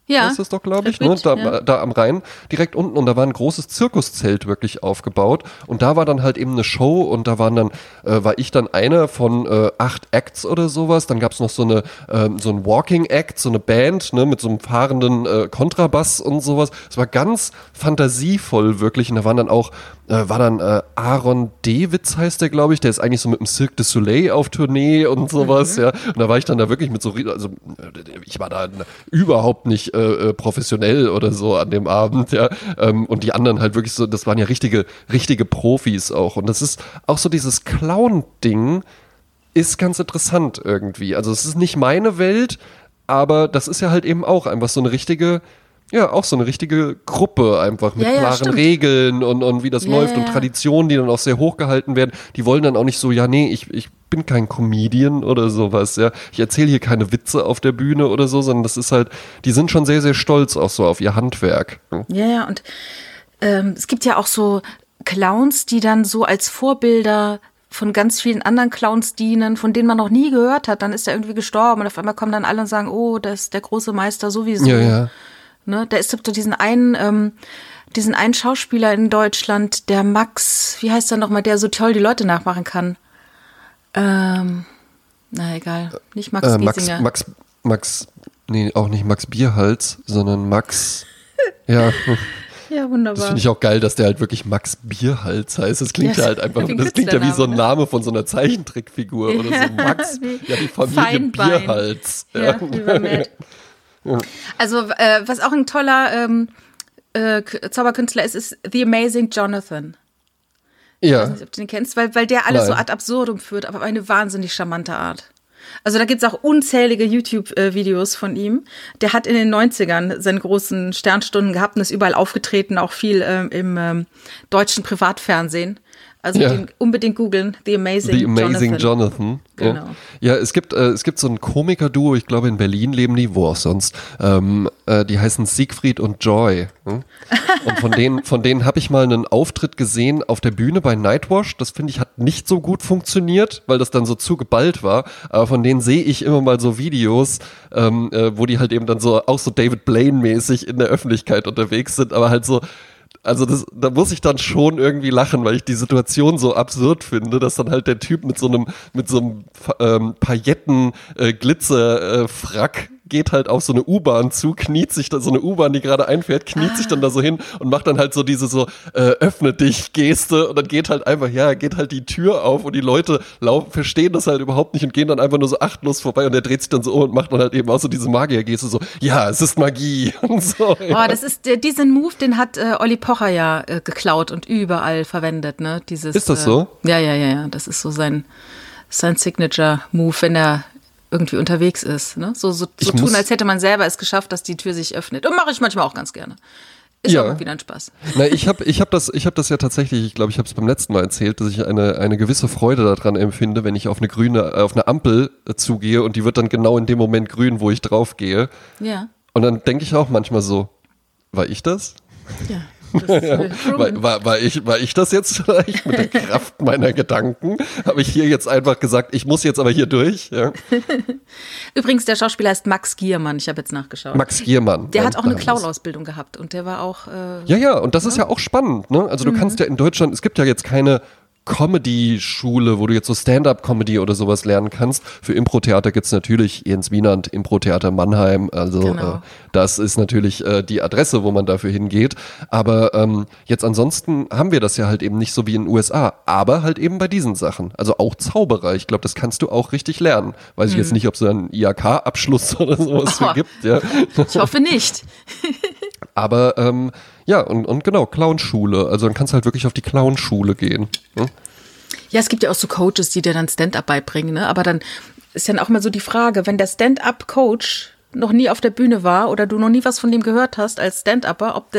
Ja, ist das doch, glaube ich, ne? Da am Rhein, direkt unten. Und da war ein großes Zirkuszelt wirklich aufgebaut. Und da war dann halt eben eine Show und da war ich dann einer von 8 Acts oder sowas. Dann gab es noch so ein Walking Act, so eine Band, ne, mit so einem fahrenden Kontrabass und sowas. Es war ganz fantasievoll wirklich. Und da waren dann auch Aaron Dewitz heißt der, glaube ich, der ist eigentlich so mit dem Cirque du Soleil auf Tournee und sowas, ja. Und da war ich dann da wirklich mit so, also ich war da überhaupt nicht professionell oder so an dem Abend, ja. Und die anderen halt wirklich so, das waren ja richtige Profis auch. Und das ist auch so dieses Clown-Ding ist ganz interessant irgendwie. Also es ist nicht meine Welt, aber das ist ja halt eben auch einfach so eine richtige Gruppe einfach mit klaren Regeln und wie das läuft und Traditionen, die dann auch sehr hochgehalten werden. Die wollen dann auch nicht so, ich bin kein Comedian oder sowas, ja. Ich erzähle hier keine Witze auf der Bühne oder so, sondern das ist halt, die sind schon sehr, sehr stolz auch so auf ihr Handwerk. Ja, und es gibt ja auch so Clowns, die dann so als Vorbilder von ganz vielen anderen Clowns dienen, von denen man noch nie gehört hat. Dann ist er irgendwie gestorben und auf einmal kommen dann alle und sagen, oh, das ist der große Meister sowieso. Ja. Ne, da ist so diesen einen Schauspieler in Deutschland, der Max, wie heißt er nochmal, der so toll die Leute nachmachen kann. Na egal, nicht Max Giesinger. Auch nicht Max Bierhals, sondern Max, ja. Ja, wunderbar. Das finde ich auch geil, dass der halt wirklich Max Bierhals heißt. Das klingt ja halt einfach, das klingt ja wie so ein Name von so einer Zeichentrickfigur oder so. Max, die Familie Feinbein. Bierhals. Ja, ja. Also, was auch ein toller Zauberkünstler ist The Amazing Jonathan. Ja. Ich weiß nicht, ob du den kennst, weil der alles so ad absurdum führt, aber auf eine wahnsinnig charmante Art. Also da gibt es auch unzählige YouTube-Videos von ihm. Der hat in den 90ern seine großen Sternstunden gehabt und ist überall aufgetreten, auch viel im deutschen Privatfernsehen. Also unbedingt googeln, The Amazing Jonathan. Genau. Ja, es gibt so ein Komiker-Duo, ich glaube in Berlin leben die, wo auch sonst. Die heißen Siegfried und Joy. Und von denen habe ich mal einen Auftritt gesehen auf der Bühne bei Nightwash. Das finde ich hat nicht so gut funktioniert, weil das dann so zu geballt war. Aber von denen sehe ich immer mal so Videos, wo die halt eben dann so auch so David Blaine-mäßig in der Öffentlichkeit unterwegs sind, aber halt so. Also da muss ich dann schon irgendwie lachen, weil ich die Situation so absurd finde, dass dann halt der Typ mit so einem Pailletten-Glitzer-Frack geht halt auf so eine U-Bahn zu, kniet sich da, so eine U-Bahn, die gerade einfährt, kniet sich dann da so hin und macht dann halt so diese öffne dich Geste und dann geht halt die Tür auf und die Leute verstehen das halt überhaupt nicht und gehen dann einfach nur so achtlos vorbei und der dreht sich dann so um und macht dann halt eben auch so diese Magier-Geste so, ja, es ist Magie und so. Ja. Oh, das ist, diesen Move, den hat Olli Pocher ja geklaut und überall verwendet, ne? Ist das so? Ja, das ist so sein Signature-Move, wenn er irgendwie unterwegs ist, ne? So tun, als hätte man selber es geschafft, dass die Tür sich öffnet. Und mache ich manchmal auch ganz gerne. Ist auch mal wieder ein Spaß. Na, ich hab das ja tatsächlich, ich glaube, ich habe es beim letzten Mal erzählt, dass ich eine gewisse Freude daran empfinde, wenn ich auf eine Ampel zugehe und die wird dann genau in dem Moment grün, wo ich drauf gehe. Ja. Und dann denke ich auch manchmal so, war ich das? Ja. War ich das jetzt vielleicht mit der Kraft meiner Gedanken? Habe ich hier jetzt einfach gesagt, ich muss jetzt aber hier durch? Ja. Übrigens, der Schauspieler heißt Max Giermann, ich habe jetzt nachgeschaut. Max Giermann. Der hat auch eine Clown-Ausbildung gehabt und der war auch... und das ist ja auch spannend, ne? Also du kannst ja in Deutschland, es gibt ja jetzt keine Comedy-Schule, wo du jetzt so Stand-up-Comedy oder sowas lernen kannst. Für Impro-Theater gibt's natürlich Jens Wienand, Impro-Theater Mannheim, also das ist natürlich die Adresse, wo man dafür hingeht. Aber jetzt ansonsten haben wir das ja halt eben nicht so wie in den USA, aber halt eben bei diesen Sachen. Also auch Zauberer, ich glaube, das kannst du auch richtig lernen. Weiß ich jetzt nicht, ob es da einen IHK-Abschluss oder sowas für gibt. Ja. Ich hoffe nicht. Aber und genau, Clownschule. Also dann kannst du halt wirklich auf die Clownschule gehen. Hm? Ja, es gibt ja auch so Coaches, die dir dann Stand-up beibringen, ne? Aber dann ist dann auch mal so die Frage, wenn der Stand-up-Coach noch nie auf der Bühne war oder du noch nie was von dem gehört hast als Stand-Upper, ob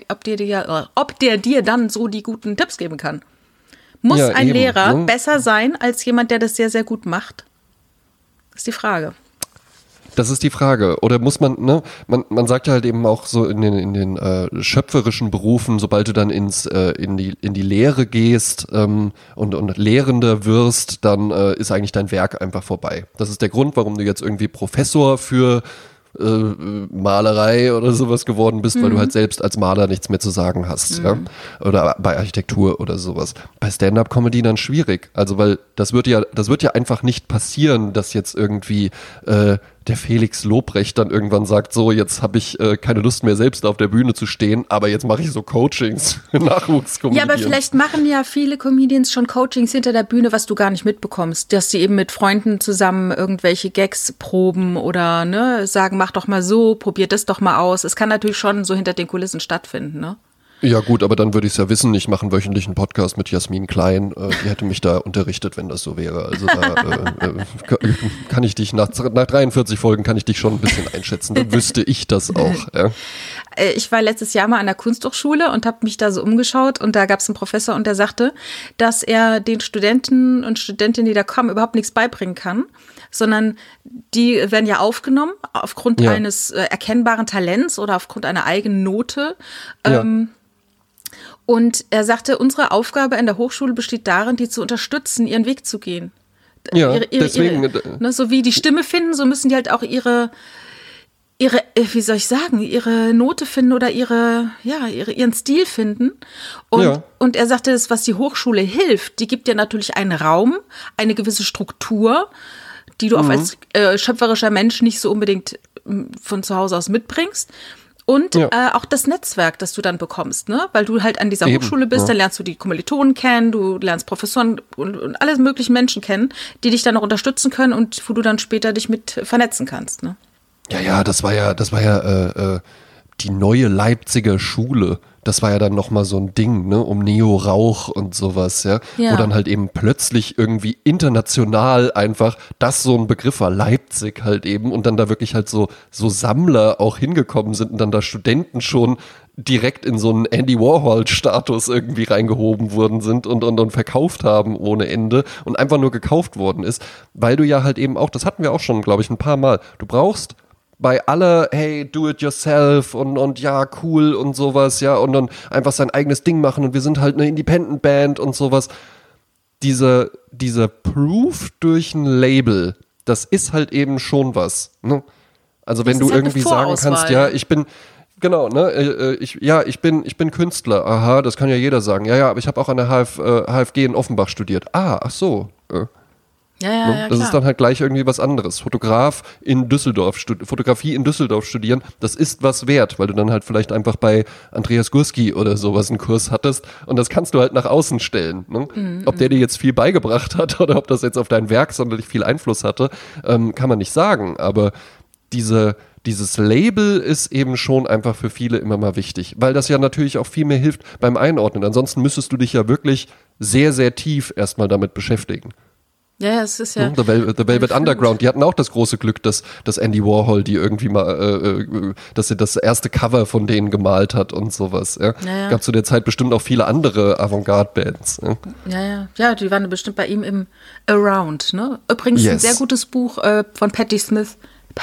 der dir dann so die guten Tipps geben kann. Muss ein Lehrer besser sein als jemand, der das sehr, sehr gut macht? Das ist die Frage. Das ist die Frage. Oder muss man, ne, man sagt ja halt eben auch so in den schöpferischen Berufen, sobald du dann in die Lehre gehst und Lehrender wirst, dann ist eigentlich dein Werk einfach vorbei. Das ist der Grund, warum du jetzt irgendwie Professor für Malerei oder sowas geworden bist, weil du halt selbst als Maler nichts mehr zu sagen hast. Ja? Oder bei Architektur oder sowas. Bei Stand-up-Comedy dann schwierig. Also weil das wird ja einfach nicht passieren, dass jetzt irgendwie der Felix Lobrecht dann irgendwann sagt, so, jetzt habe ich keine Lust mehr selbst auf der Bühne zu stehen, aber jetzt mache ich so Coachings für Nachwuchscomedians. Ja, aber vielleicht machen ja viele Comedians schon Coachings hinter der Bühne, was du gar nicht mitbekommst. Dass sie eben mit Freunden zusammen irgendwelche Gags proben oder sagen, mach doch mal so, probier das doch mal aus. Es kann natürlich schon so hinter den Kulissen stattfinden, ne? Ja gut, aber dann würde ich es ja wissen, ich mache einen wöchentlichen Podcast mit Jasmin Klein, die hätte mich da unterrichtet, wenn das so wäre. Also da kann ich dich, nach 43 Folgen kann ich dich schon ein bisschen einschätzen, dann wüsste ich das auch. Ja. Ich war letztes Jahr mal an der Kunsthochschule und habe mich da so umgeschaut und da gab es einen Professor und der sagte, dass er den Studenten und Studentinnen, die da kommen, überhaupt nichts beibringen kann, sondern die werden ja aufgenommen aufgrund eines erkennbaren Talents oder aufgrund einer eigenen Note. Und er sagte, unsere Aufgabe in der Hochschule besteht darin, die zu unterstützen, ihren Weg zu gehen. Ja, deswegen. So wie die Stimme finden, so müssen die halt auch ihre, wie soll ich sagen, ihre Note finden oder ihren Stil finden. Und er sagte, das, was die Hochschule hilft, die gibt dir natürlich einen Raum, eine gewisse Struktur, die du auch als schöpferischer Mensch nicht so unbedingt von zu Hause aus mitbringst. Und auch das Netzwerk, das du dann bekommst, ne? Weil du halt an dieser Hochschule bist, dann lernst du die Kommilitonen kennen, du lernst Professoren und alle möglichen Menschen kennen, die dich dann noch unterstützen können und wo du dann später dich mit vernetzen kannst, ne? Ja, das war ja die neue Leipziger Schule. Das war ja dann nochmal so ein Ding, ne, um Neo-Rauch und sowas, ja, wo dann halt eben plötzlich irgendwie international einfach das so ein Begriff war, Leipzig halt eben, und dann da wirklich halt so Sammler auch hingekommen sind und dann da Studenten schon direkt in so einen Andy Warhol-Status irgendwie reingehoben worden sind und verkauft haben ohne Ende und einfach nur gekauft worden ist, weil du ja halt eben auch, das hatten wir auch schon, glaube ich, ein paar Mal, du brauchst bei aller, hey, do it yourself und ja, cool und sowas, ja, und dann einfach sein eigenes Ding machen und wir sind halt eine Independent Band und sowas. Dieser Proof durch ein Label, das ist halt eben schon was, ne? Also wenn du halt irgendwie sagen kannst, ja, ich bin, genau, ne, ich bin Künstler, aha, das kann ja jeder sagen, ja, aber ich habe auch an der HFG in Offenbach studiert. Ach so, Ja, das ist dann halt gleich irgendwie was anderes. Fotografie in Düsseldorf studieren, das ist was wert, weil du dann halt vielleicht einfach bei Andreas Gursky oder sowas einen Kurs hattest und das kannst du halt nach außen stellen. Ne? Ob der dir jetzt viel beigebracht hat oder ob das jetzt auf dein Werk sonderlich viel Einfluss hatte, kann man nicht sagen, aber dieses Label ist eben schon einfach für viele immer mal wichtig, weil das ja natürlich auch viel mehr hilft beim Einordnen. Ansonsten müsstest du dich ja wirklich sehr, sehr tief erstmal damit beschäftigen. Ja, es ist ja. The Velvet Underground, die hatten auch das große Glück, dass Andy Warhol die irgendwie mal, dass er das erste Cover von denen gemalt hat und sowas. Ja. Gab zu der Zeit bestimmt auch viele andere Avantgarde-Bands. Ja, die waren bestimmt bei ihm im Around. Ne? Übrigens ein sehr gutes Buch von Patti Smith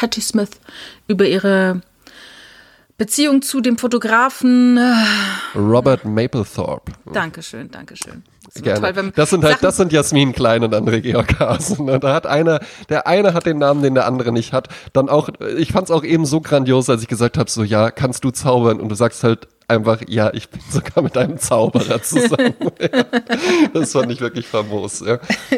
über ihre Beziehung zu dem Fotografen Robert Mapplethorpe. Dankeschön. Gerne. Toll, das sind Jasmin Klein und André Georg Hasen. Der eine hat den Namen, den der andere nicht hat. Dann auch, ich fand's auch eben so grandios, als ich gesagt habe, so, ja, kannst du zaubern? Und du sagst halt einfach, ja, ich bin sogar mit einem Zauberer zusammen. Das fand ich wirklich famos, ja.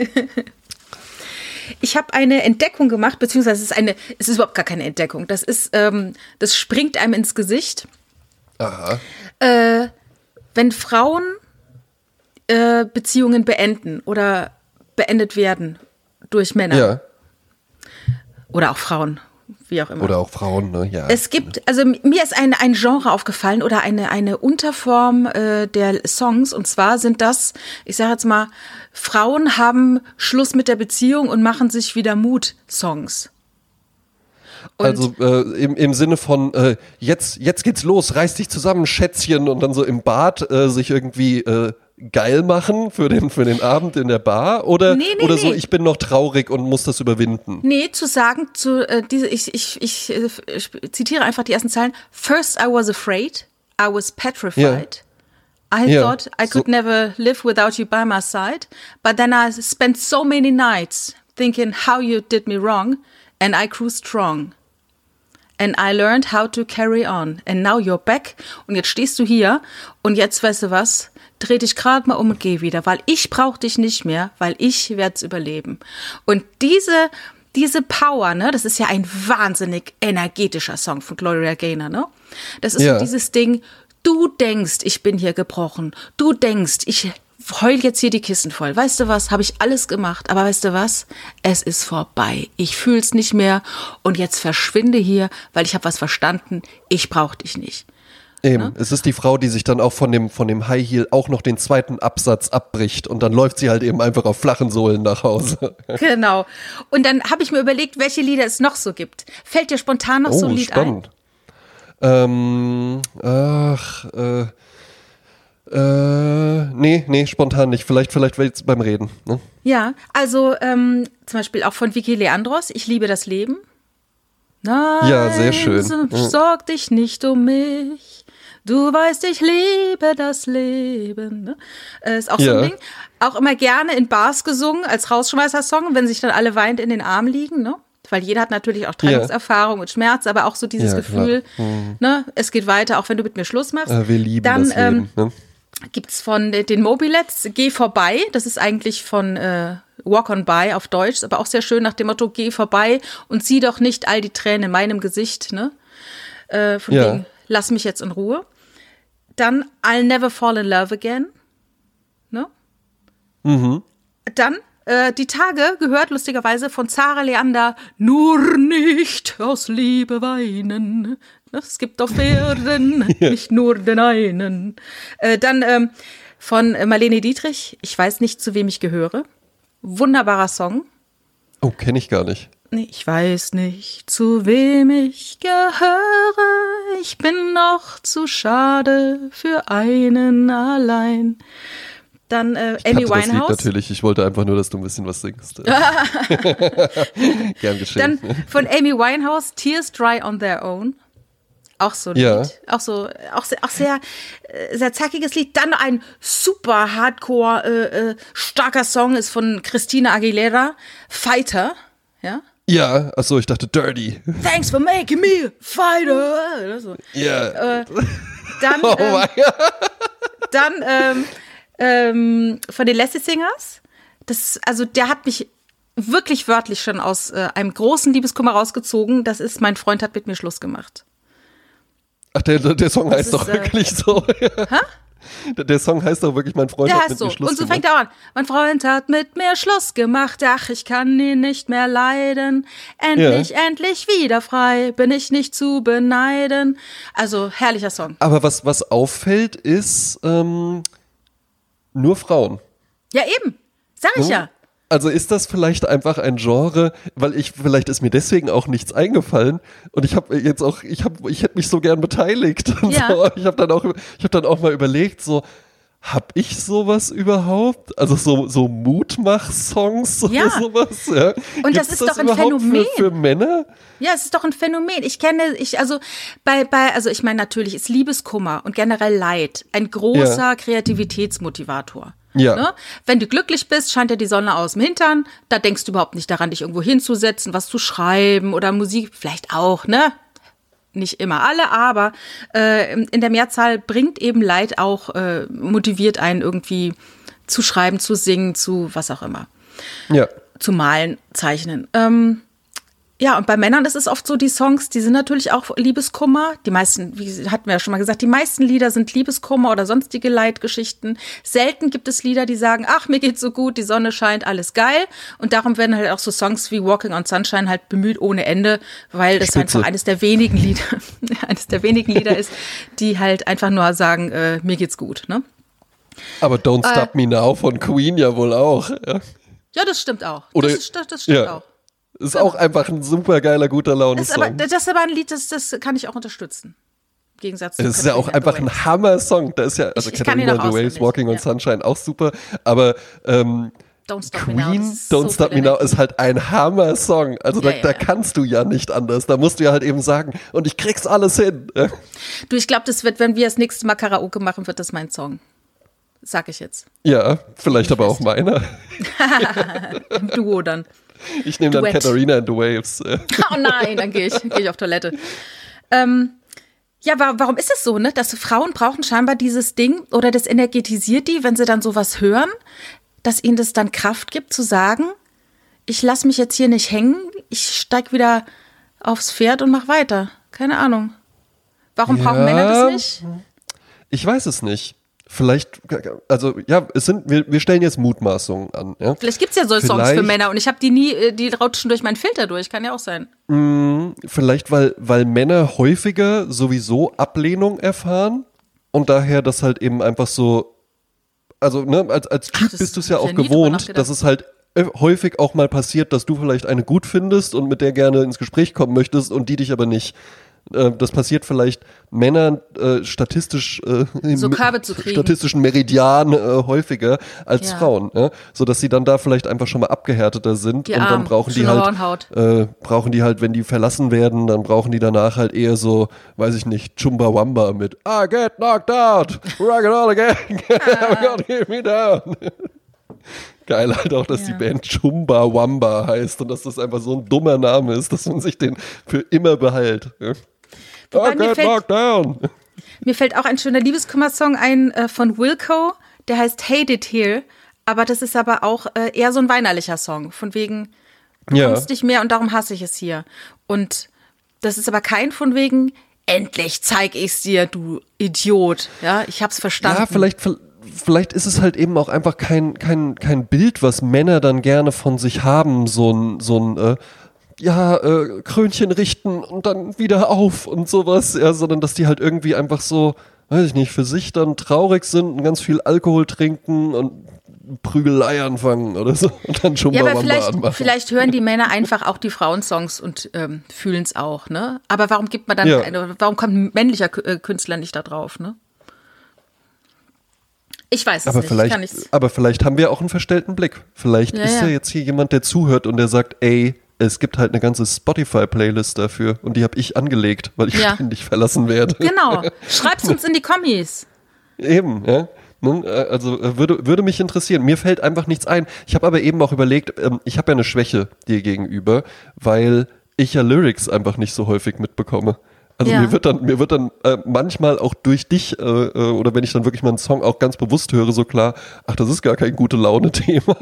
Ich habe eine Entdeckung gemacht, beziehungsweise es ist überhaupt gar keine Entdeckung. Das springt einem ins Gesicht. Aha. Wenn Frauen Beziehungen beenden oder beendet werden durch Männer. Ja. Oder auch Frauen, wie auch immer. Oder auch Frauen, ne? Ja. Es gibt, also mir ist ein Genre aufgefallen oder eine Unterform der Songs, und zwar sind das, ich sage jetzt mal, Frauen haben Schluss mit der Beziehung und machen sich wieder Mut-Songs. Und also im Sinne von jetzt geht's los, reiß dich zusammen, Schätzchen, und dann so im Bad sich irgendwie geil machen für den Abend in der Bar oder so, ich bin noch traurig und muss das überwinden. Nee, zu sagen, ich zitiere einfach die ersten Zeilen. First I was afraid, I was petrified. Yeah. I thought I could never live without you by my side, but then I spent so many nights thinking how you did me wrong and I grew strong. And I learned how to carry on. And now you're back. Und jetzt stehst du hier. Und jetzt, weißt du was, dreh dich gerade mal um und geh wieder. Weil ich brauch dich nicht mehr, weil ich werde es überleben. Und diese Power, ne, das ist ja ein wahnsinnig energetischer Song von Gloria Gaynor, ne? Das ist so dieses Ding, du denkst, ich bin hier gebrochen. Du denkst, ich heul jetzt hier die Kissen voll. Weißt du was, habe ich alles gemacht. Aber weißt du was, es ist vorbei. Ich fühl's nicht mehr und jetzt verschwinde hier, weil ich habe was verstanden. Ich brauche dich nicht. Eben, ne? Es ist die Frau, die sich dann auch von dem High Heel auch noch den zweiten Absatz abbricht und dann läuft sie halt eben einfach auf flachen Sohlen nach Hause. Genau. Und dann habe ich mir überlegt, welche Lieder es noch so gibt. Fällt dir spontan noch so ein Lied spannend. Nee, spontan nicht. Vielleicht jetzt beim Reden. Ne? Ja, also zum Beispiel auch von Vicky Leandros, Ich liebe das Leben. Nein, ja, sehr schön. Sorg dich nicht um mich. Du weißt, ich liebe das Leben. Ne? Ist auch so ein Ding. Auch immer gerne in Bars gesungen als Rausschmeißer-Song, wenn sich dann alle weinend in den Armen liegen. Ne? Weil jeder hat natürlich auch Trennungserfahrung und Schmerz, aber auch so dieses Gefühl, ne? Es geht weiter, auch wenn du mit mir Schluss machst. Wir lieben dann, das Leben. Ne? Gibt's von den Mobilets Geh vorbei. Das ist eigentlich von Walk on By auf Deutsch, aber auch sehr schön nach dem Motto Geh vorbei und sieh doch nicht all die Tränen in meinem Gesicht. Ne? Von wegen, lass mich jetzt in Ruhe. Dann I'll Never Fall in Love Again. Ne? Mhm. Dann die Tage gehört lustigerweise von Zara Leander Nur nicht aus Liebe weinen. Es gibt auf Erden nicht nur den einen. Dann von Marlene Dietrich, Ich weiß nicht, zu wem ich gehöre. Wunderbarer Song. Oh, kenne ich gar nicht. Ich weiß nicht, zu wem ich gehöre. Ich bin noch zu schade für einen allein. Dann Amy Winehouse. Das Lied natürlich, ich wollte einfach nur, dass du ein bisschen was singst. Gern geschehen. Dann von Amy Winehouse, Tears Dry on Their Own. Auch so ein Lied. Auch sehr zackiges Lied. Dann ein super Hardcore, starker Song ist von Christina Aguilera, Fighter. Ja? Ja, achso, ich dachte Dirty. Thanks for making me a fighter. So. Ja. Dann, von den Lassie Singers. Der hat mich wirklich wörtlich schon aus einem großen Liebeskummer rausgezogen. Das ist Mein Freund hat mit mir Schluss gemacht. Ach, der Song heißt doch wirklich so. Hä? Der Song heißt doch wirklich Mein Freund hat mit mir Schluss gemacht. Und so fängt er an. Mein Freund hat mit mir Schluss gemacht. Ach, ich kann ihn nicht mehr leiden. Endlich wieder frei. Bin ich nicht zu beneiden. Also, herrlicher Song. Aber was auffällt, ist nur Frauen. Ja, eben. Sag ich ja. Also ist das vielleicht einfach ein Genre, weil vielleicht ist mir deswegen auch nichts eingefallen und ich hätte mich so gern beteiligt. Ja. So. Ich habe dann auch mal überlegt, so, hab ich sowas überhaupt? Also so Mutmach-Songs oder sowas? Ja. Und das ist doch ein Phänomen. Für Männer? Ja, es ist doch ein Phänomen. Ich meine, natürlich ist Liebeskummer und generell Leid ein großer Kreativitätsmotivator. Ja. Ne? Wenn du glücklich bist, scheint ja die Sonne aus dem Hintern. Da denkst du überhaupt nicht daran, dich irgendwo hinzusetzen, was zu schreiben oder Musik. Vielleicht auch, ne? Nicht immer alle, aber in der Mehrzahl bringt eben Leid auch, motiviert einen irgendwie zu schreiben, zu singen, zu was auch immer. Ja. Zu malen, zeichnen. Ja, und bei Männern ist es oft so, die Songs, die sind natürlich auch Liebeskummer. Die meisten, wie hatten wir ja schon mal gesagt, die meisten Lieder sind Liebeskummer oder sonstige Leidgeschichten. Selten gibt es Lieder, die sagen, ach, mir geht's so gut, die Sonne scheint, alles geil. Und darum werden halt auch so Songs wie Walking on Sunshine halt bemüht ohne Ende, weil das einfach eines der wenigen Lieder ist, die halt einfach nur sagen, mir geht's gut, ne? Aber Don't Stop Me Now von Queen ja wohl auch. Ja, das stimmt auch. Oder, das stimmt auch. Ist auch einfach ein super geiler, guter Laune-Song. Das ist aber ein Lied, das kann ich auch unterstützen. Im Gegensatz zu Das ist ja auch einfach ein Hammer-Song. Da ist ja, also Katarina The Waves, Walking on Sunshine auch super, aber Don't Stop Me Now, Don't Stop Me Now ist halt ein Hammer-Song. Also da kannst du ja nicht anders. Da musst du ja halt eben sagen, und ich krieg's alles hin. Du, ich glaube, das wird, wenn wir das nächste Mal Karaoke machen, wird das mein Song. Sag ich jetzt. Ja, vielleicht aber auch meiner. Im Duo dann. Ich nehme dann Katharina and the Waves. Oh nein, dann gehe ich auf Toilette. Ja, warum ist es so, ne? Dass Frauen brauchen scheinbar dieses Ding oder das energetisiert die, wenn sie dann sowas hören, dass ihnen das dann Kraft gibt zu sagen, ich lasse mich jetzt hier nicht hängen, ich steig wieder aufs Pferd und mach weiter. Keine Ahnung. Warum brauchen Männer das nicht? Ich weiß es nicht. Vielleicht, also ja, wir stellen jetzt Mutmaßungen an. Ja? Vielleicht gibt es ja so Songs für Männer und ich habe die rauschen durch meinen Filter durch, kann ja auch sein. Vielleicht, weil Männer häufiger sowieso Ablehnung erfahren und daher das halt eben einfach so, also ne, als Typ bist du es ja auch gewohnt, dass es halt häufig auch mal passiert, dass du vielleicht eine gut findest und mit der gerne ins Gespräch kommen möchtest und die dich aber nicht. Das passiert vielleicht Männern statistisch so Körbe zu kriegen. Statistischen Meridian häufiger als Frauen, so dass sie dann da vielleicht einfach schon mal abgehärteter sind und dann brauchen die halt, wenn die verlassen werden, dann brauchen die danach halt eher so, weiß ich nicht, Chumbawamba mit I get knocked out, rock it all again, I'm gonna keep me down. Geil halt auch, dass die Band Chumbawamba heißt und dass das einfach so ein dummer Name ist, dass man sich den für immer behält. Mir fällt auch ein schöner Liebeskummer-Song ein von Wilco, der heißt Hate It Here, aber das ist aber auch eher so ein weinerlicher Song, von wegen, du kommst nicht mehr und darum hasse ich es hier. Und das ist aber kein von wegen, endlich zeig ich's dir, du Idiot. Ja, ich hab's verstanden. Ja, vielleicht ist es halt eben auch einfach kein Bild, was Männer dann gerne von sich haben, so ein Krönchen richten und dann wieder auf und sowas, sondern dass die halt irgendwie einfach so, weiß ich nicht, für sich dann traurig sind und ganz viel Alkohol trinken und Prügelei anfangen oder so und dann schon mal anmachen. Vielleicht hören die Männer einfach auch die Frauensongs und fühlen es auch, ne? Aber warum gibt man dann, warum kommt ein männlicher Künstler nicht da drauf, ne? Ich weiß es nicht. Aber vielleicht haben wir auch einen verstellten Blick. Vielleicht ist ja jetzt hier jemand, der zuhört und der sagt, ey, es gibt halt eine ganze Spotify-Playlist dafür und die habe ich angelegt, weil ich ständig verlassen werde. Genau. Schreibt's uns in die Kommis. Eben, ja. Also würde mich interessieren. Mir fällt einfach nichts ein. Ich habe aber eben auch überlegt, ich habe ja eine Schwäche dir gegenüber, weil ich ja Lyrics einfach nicht so häufig mitbekomme. Also mir wird dann manchmal auch durch dich oder wenn ich dann wirklich mal einen Song auch ganz bewusst höre, so klar, ach, das ist gar kein gute Laune-Thema.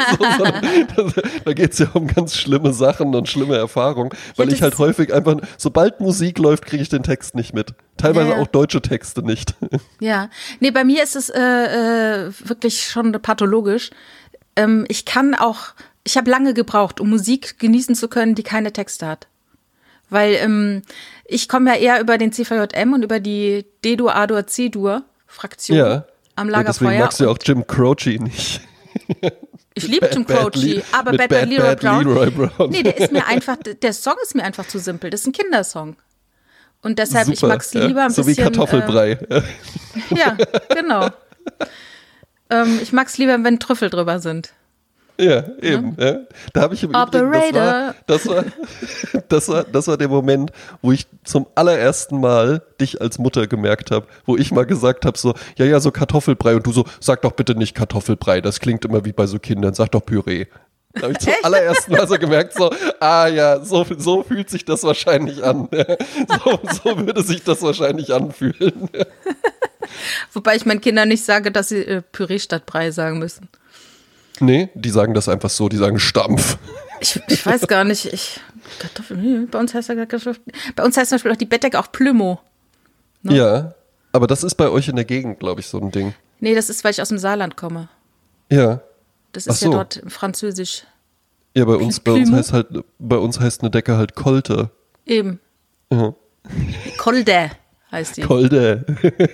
Da geht es ja um ganz schlimme Sachen und schlimme Erfahrungen, weil ich halt häufig einfach, sobald Musik läuft, kriege ich den Text nicht mit. Teilweise auch deutsche Texte nicht. Ja, nee, bei mir ist es wirklich schon pathologisch. Ich habe lange gebraucht, um Musik genießen zu können, die keine Texte hat. Weil ich komme ja eher über den CVJM und über die D-Dur, A-Dur, C-Dur-Fraktion am Lagerfeuer. Deswegen magst du ja auch Jim Croce nicht. Ich liebe Jim Croce, aber Bad Leroy Brown. Nee, der Song ist mir einfach zu simpel. Das ist ein Kindersong. Und deshalb, ich mag es lieber ein bisschen. So wie Kartoffelbrei. Ja, genau. Ich mag es lieber, wenn Trüffel drüber sind. Ja, eben. Ja. Da habe ich im Übrigen, das war der Moment, wo ich zum allerersten Mal dich als Mutter gemerkt habe, wo ich mal gesagt habe, so, ja, so Kartoffelbrei und du so, sag doch bitte nicht Kartoffelbrei, das klingt immer wie bei so Kindern, sag doch Püree. Da habe ich zum allerersten Mal so gemerkt, so, so fühlt sich das wahrscheinlich an. So würde sich das wahrscheinlich anfühlen. Wobei ich meinen Kindern nicht sage, dass sie Püree statt Brei sagen müssen. Nee, die sagen das einfach so, die sagen Stampf. Ich weiß gar nicht, bei uns heißt zum Beispiel auch die Bettdecke auch Plümo. Ne? Ja, aber das ist bei euch in der Gegend, glaube ich, so ein Ding. Nee, das ist, weil ich aus dem Saarland komme. Ja. Das ist ja dort französisch. Ja, bei uns heißt eine Decke halt Kolte. Eben. Ja. Kolde heißt die. Kolde.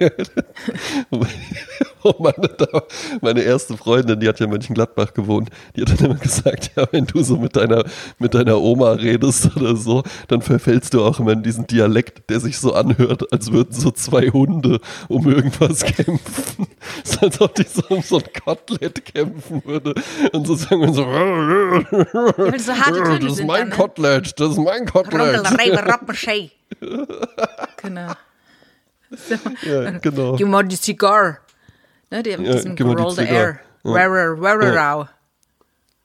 Meine erste Freundin, die hat ja in Mönchengladbach gewohnt, die hat dann immer gesagt, ja, wenn du so mit deiner Oma redest oder so, dann verfällst du auch immer in diesen Dialekt, der sich so anhört, als würden so zwei Hunde um irgendwas kämpfen. Es ist, als ob die so um so ein Kotelett kämpfen würde und so sagen wir so, ja, so harte Töne das ist mein Kotelett, das ist mein Kotelett. Genau. Ja, genau. Give me the cigar. Ne, die haben roll the air.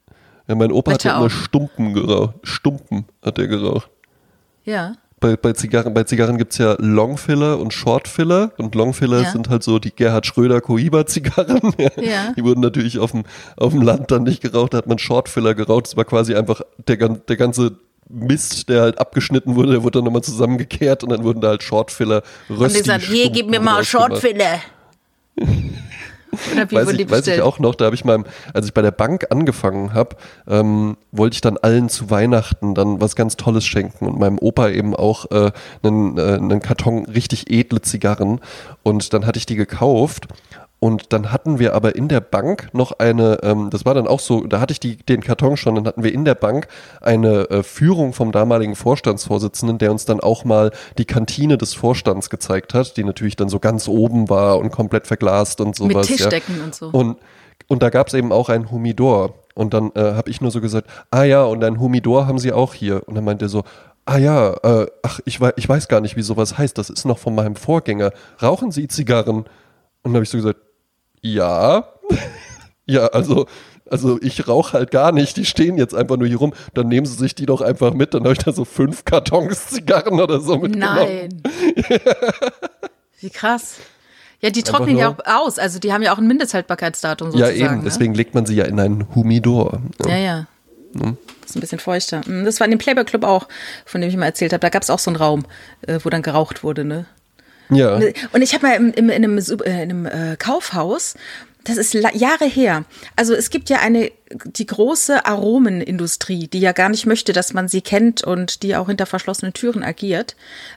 Ja, mein Opa hat ja immer auch. Stumpen geraucht. Stumpen hat er geraucht. Ja. Bei Zigarren gibt es ja Longfiller und Shortfiller. Und Longfiller sind halt so die Gerhard Schröder-Cohiba-Zigarren. Ja. Die wurden natürlich auf dem Land dann nicht geraucht, da hat man Shortfiller geraucht. Das war quasi einfach der ganze Mist, der halt abgeschnitten wurde, der wurde dann nochmal zusammengekehrt und dann wurden da halt Shortfiller röstig. Und die gesagt, hier, gib mir mal Shortfiller. Oder wie wurden die bestellt? Weiß ich auch noch, da habe ich als ich bei der Bank angefangen habe, wollte ich dann allen zu Weihnachten dann was ganz Tolles schenken und meinem Opa eben auch einen Karton richtig edle Zigarren und dann hatte ich die gekauft. Und dann hatten wir aber in der Bank noch das war dann auch so, da hatte ich den Karton schon, dann hatten wir in der Bank eine Führung vom damaligen Vorstandsvorsitzenden, der uns dann auch mal die Kantine des Vorstands gezeigt hat, die natürlich dann so ganz oben war und komplett verglast und sowas. Mit Tischdecken und so. Und da gab es eben auch ein Humidor. Und dann habe ich nur so gesagt, und ein Humidor haben sie auch hier. Und dann meint er so, ich weiß gar nicht, wie sowas heißt, das ist noch von meinem Vorgänger. Rauchen Sie Zigarren? Und dann habe ich so gesagt, ja, ja, also ich rauche halt gar nicht, die stehen jetzt einfach nur hier rum, dann nehmen sie sich die doch einfach mit, dann habe ich da so 5 Kartons Zigarren oder so mitgenommen. Nein. Wie krass. Ja, die trocknen ja auch aus, also die haben ja auch ein Mindesthaltbarkeitsdatum sozusagen. Ja, eben, deswegen legt man sie ja in einen Humidor. Ja. Das ist ein bisschen feuchter. Das war in dem Playboy Club auch, von dem ich mal erzählt habe, da gab es auch so einen Raum, wo dann geraucht wurde, ne? Ja. Und ich habe mal in einem Kaufhaus, das ist Jahre her, also es gibt ja die große Aromenindustrie, die ja gar nicht möchte, dass man sie kennt und die auch hinter verschlossenen Türen agiert.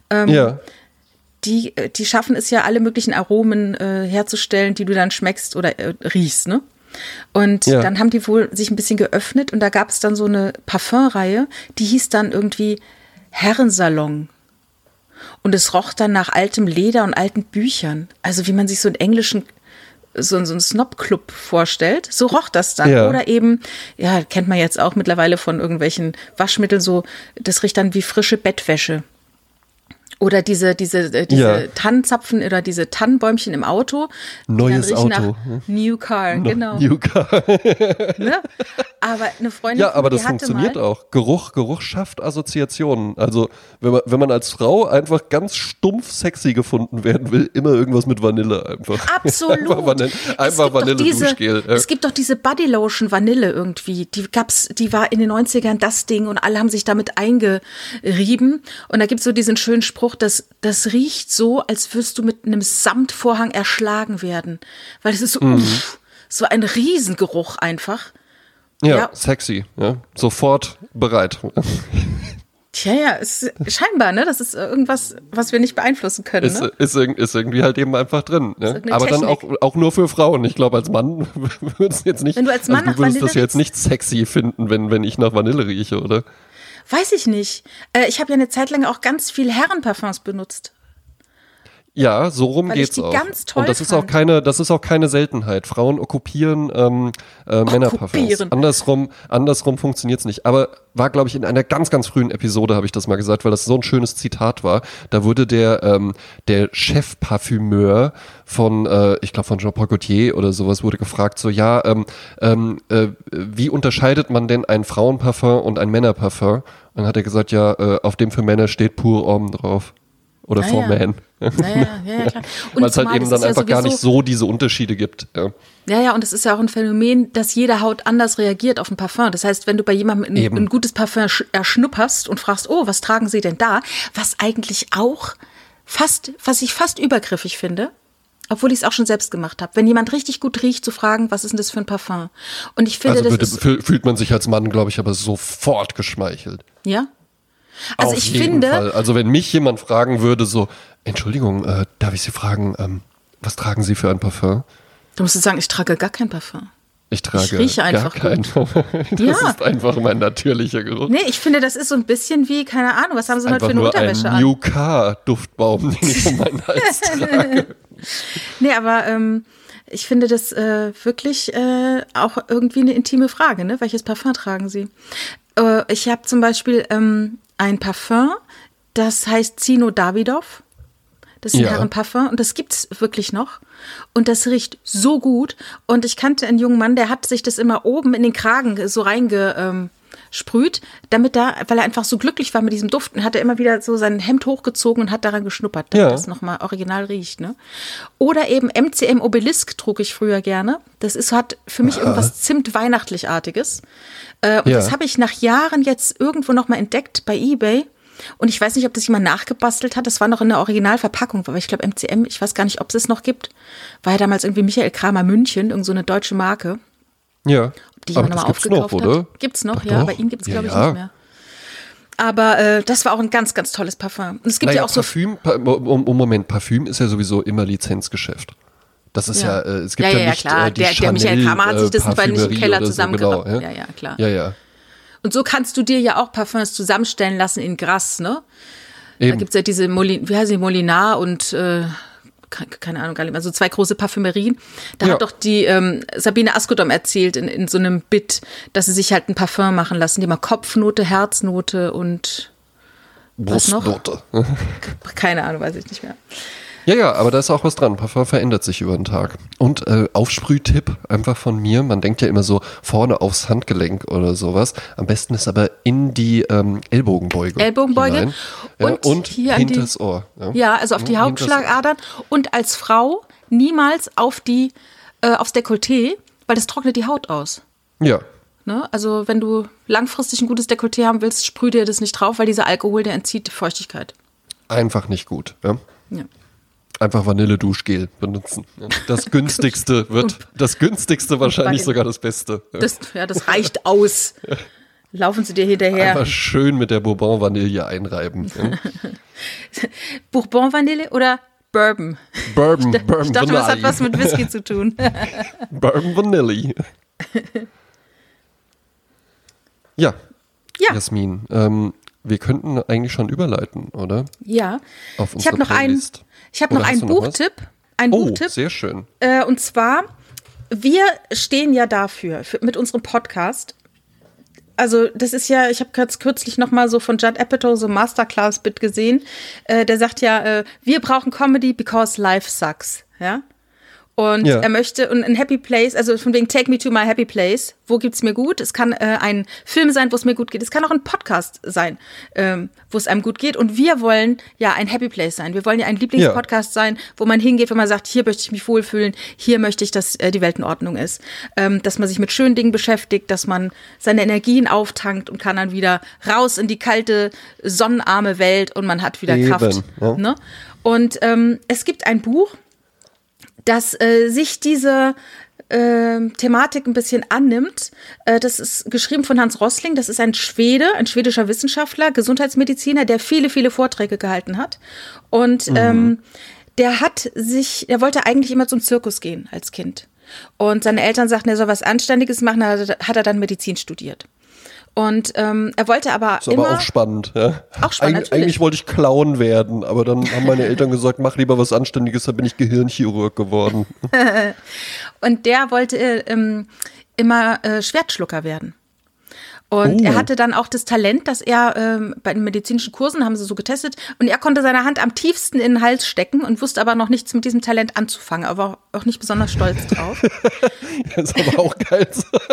Die schaffen es ja, alle möglichen Aromen herzustellen, die du dann schmeckst oder riechst, ne? Und dann haben die wohl sich ein bisschen geöffnet und da gab es dann so eine Parfumreihe, die hieß dann irgendwie Herrensalon. Und es roch dann nach altem Leder und alten Büchern. Also wie man sich so einen englischen, so einen Snob-Club vorstellt. So roch das dann. Ja. Oder eben, kennt man jetzt auch mittlerweile von irgendwelchen Waschmitteln so, das riecht dann wie frische Bettwäsche. Oder diese Tannenzapfen oder diese Tannenbäumchen im Auto. Neues Auto. Nach New Car, genau. New Car. Ne? Aber eine Freundin aber das funktioniert auch. Geruch schafft Assoziationen. Also wenn man als Frau einfach ganz stumpf sexy gefunden werden will, immer irgendwas mit Vanille einfach. Absolut. einfach Vanille-Duschgel. Es gibt doch diese Bodylotion Vanille irgendwie. Die war in den 90ern das Ding und alle haben sich damit eingerieben. Und da gibt es so diesen schönen Spruch, das riecht so, als würdest du mit einem Samtvorhang erschlagen werden. Weil es ist so ein Riesengeruch einfach. Ja, sexy. Ja. Sofort bereit. Tja, scheinbar, ne? Das ist irgendwas, was wir nicht beeinflussen können. Ne? Ist irgendwie halt eben einfach drin. Ne? Aber Technik. Dann auch nur für Frauen. Ich glaube, als Mann würdest du jetzt nicht. Wenn du als Mann nach Vanille das jetzt nicht sexy finden, wenn ich nach Vanille rieche, oder? Weiß ich nicht. Ich habe ja eine Zeit lang auch ganz viel Herrenparfums benutzt. Ja, so rum geht's auch. Ganz toll und das ist auch keine Seltenheit. Frauen okkupieren Männerparfums. Andersrum funktioniert's nicht. Aber war, glaube ich, in einer ganz, ganz frühen Episode habe ich das mal gesagt, weil das so ein schönes Zitat war. Da wurde der Chefparfümeur von, ich glaube von Jean-Paul Gaultier oder sowas, wurde gefragt, so wie unterscheidet man denn ein Frauenparfum und ein Männerparfum? Und dann hat er gesagt, auf dem für Männer steht Pour Homme drauf. Oder For Man. Ja, klar. Weil es halt eben dann einfach gar nicht so diese Unterschiede gibt. Ja, und es ist ja auch ein Phänomen, dass jede Haut anders reagiert auf ein Parfum. Das heißt, wenn du bei jemandem ein gutes Parfum erschnupperst und fragst, was tragen sie denn da? Was eigentlich auch was ich fast übergriffig finde, obwohl ich es auch schon selbst gemacht habe. Wenn jemand richtig gut riecht, zu fragen, was ist denn das für ein Parfum? Und ich finde, fühlt man sich als Mann, glaube ich, aber sofort geschmeichelt. Ja? Also auf jeden Fall. Also wenn mich jemand fragen würde, so, Entschuldigung, darf ich Sie fragen, was tragen Sie für ein Parfum? Du musst sagen, ich trage gar kein Parfum. Ich rieche einfach gar keinen. Das ist einfach mein natürlicher Geruch. Nee, ich finde, das ist so ein bisschen wie, keine Ahnung, was haben Sie heute für eine Unterwäsche an? Ein New Car Duftbaum, den ich um meinen Hals trage. Nee, aber ich finde das wirklich auch irgendwie eine intime Frage, ne? Welches Parfum tragen Sie? Ich habe zum Beispiel ein Parfum, das heißt Zino Davidoff. Das ist ein Herrenparfum und das gibt's wirklich noch. Und das riecht so gut. Und ich kannte einen jungen Mann, der hat sich das immer oben in den Kragen so reingesprüht, weil er einfach so glücklich war mit diesem Duft. Und hat er immer wieder so sein Hemd hochgezogen und hat daran geschnuppert, damit das nochmal original riecht. Ne? Oder eben MCM Obelisk trug ich früher gerne. Hat für mich irgendwas Zimt-Weihnachtlichartiges. Und das habe ich nach Jahren jetzt irgendwo nochmal entdeckt bei eBay. Und ich weiß nicht, ob das jemand nachgebastelt hat. Das war noch in der Originalverpackung, aber ich glaube MCM, ich weiß gar nicht, ob es es noch gibt. War ja damals irgendwie Michael Kramer München, irgend so eine deutsche Marke. Ja, die ich aber nochmal aufgekauft habe. Gibt's noch, ja, bei ihm gibt's glaube ich nicht mehr. Aber das war auch ein ganz, ganz tolles Parfum. Und es gibt ja auch Parfüm, Parfüm ist ja sowieso immer Lizenzgeschäft. Das ist es gibt ja nicht klar. die der Michael Kramer hat sich das bei nicht im Keller zusammengeraubt. Genau, ja, klar. Ja. Und so kannst du dir ja auch Parfums zusammenstellen lassen in Grasse, ne? Eben. Da gibt's ja diese Molinar und keine Ahnung, gar nicht mehr, so 2 große Parfümerien. Da hat doch die Sabine Askodom erzählt in so einem Bit, dass sie sich halt ein Parfum machen lassen, die mal Kopfnote, Herznote und Brustnote. Keine Ahnung, weiß ich nicht mehr. Ja, aber da ist auch was dran. Parfum verändert sich über den Tag. Und Aufsprühtipp einfach von mir. Man denkt ja immer so vorne aufs Handgelenk oder sowas. Am besten ist aber in die Ellbogenbeuge. Ellbogenbeuge und hier hinters Ohr. Ja, also auf die Hauptschlagadern. Und als Frau niemals aufs Dekolleté, weil das trocknet die Haut aus. Ja. Ne? Also wenn du langfristig ein gutes Dekolleté haben willst, sprüh dir das nicht drauf, weil dieser Alkohol, der entzieht Feuchtigkeit. Einfach nicht gut. Ja. Einfach Vanilleduschgel benutzen. Das günstigste wahrscheinlich sogar das Beste. Das reicht aus. Laufen Sie dir hinterher. Einfach schön mit der Bourbon-Vanille einreiben. Bourbon-Vanille oder Bourbon? Bourbon Ich dachte, das hat was mit Whisky zu tun. Bourbon Vanille. Ja. Jasmin, wir könnten eigentlich schon überleiten, oder? Ja. Auf ich habe noch einen Buchtipp. Buchtipp. Sehr schön. Und zwar, wir stehen ja dafür, mit unserem Podcast. Also das ist ja, ich habe kürzlich noch mal so von Judd Apatow so ein Masterclass-Bit gesehen. Der sagt ja, wir brauchen Comedy because life sucks. Ja. Und er möchte ein Happy Place, also von wegen Take me to my happy place. Wo gibt's mir gut? Es kann ein Film sein, wo es mir gut geht. Es kann auch ein Podcast sein, wo es einem gut geht. Und wir wollen ja ein Happy Place sein. Wir wollen ja ein Lieblingspodcast sein, wo man hingeht, wenn man sagt, hier möchte ich mich wohlfühlen, hier möchte ich, dass die Welt in Ordnung ist. Dass man sich mit schönen Dingen beschäftigt, dass man seine Energien auftankt und kann dann wieder raus in die kalte, sonnenarme Welt und man hat wieder Kraft. Ja. Ne? Und es gibt ein Buch, dass sich diese Thematik ein bisschen annimmt. Das ist geschrieben von Hans Rosling. Das ist ein schwedischer Wissenschaftler, Gesundheitsmediziner, der viele, viele Vorträge gehalten hat. Und der wollte eigentlich immer zum Zirkus gehen als Kind. Und seine Eltern sagten, er soll was Anständiges machen, hat er dann Medizin studiert. Und er wollte aber ist aber auch spannend, ja. Auch spannend, Eigentlich wollte ich Clown werden, aber dann haben meine Eltern gesagt, mach lieber was Anständiges, da bin ich Gehirnchirurg geworden. Und der wollte immer Schwertschlucker werden. Und er hatte dann auch das Talent, dass er bei den medizinischen Kursen, haben sie so getestet, und er konnte seine Hand am tiefsten in den Hals stecken und wusste aber noch nichts mit diesem Talent anzufangen, aber auch nicht besonders stolz drauf. Das ist aber auch geil.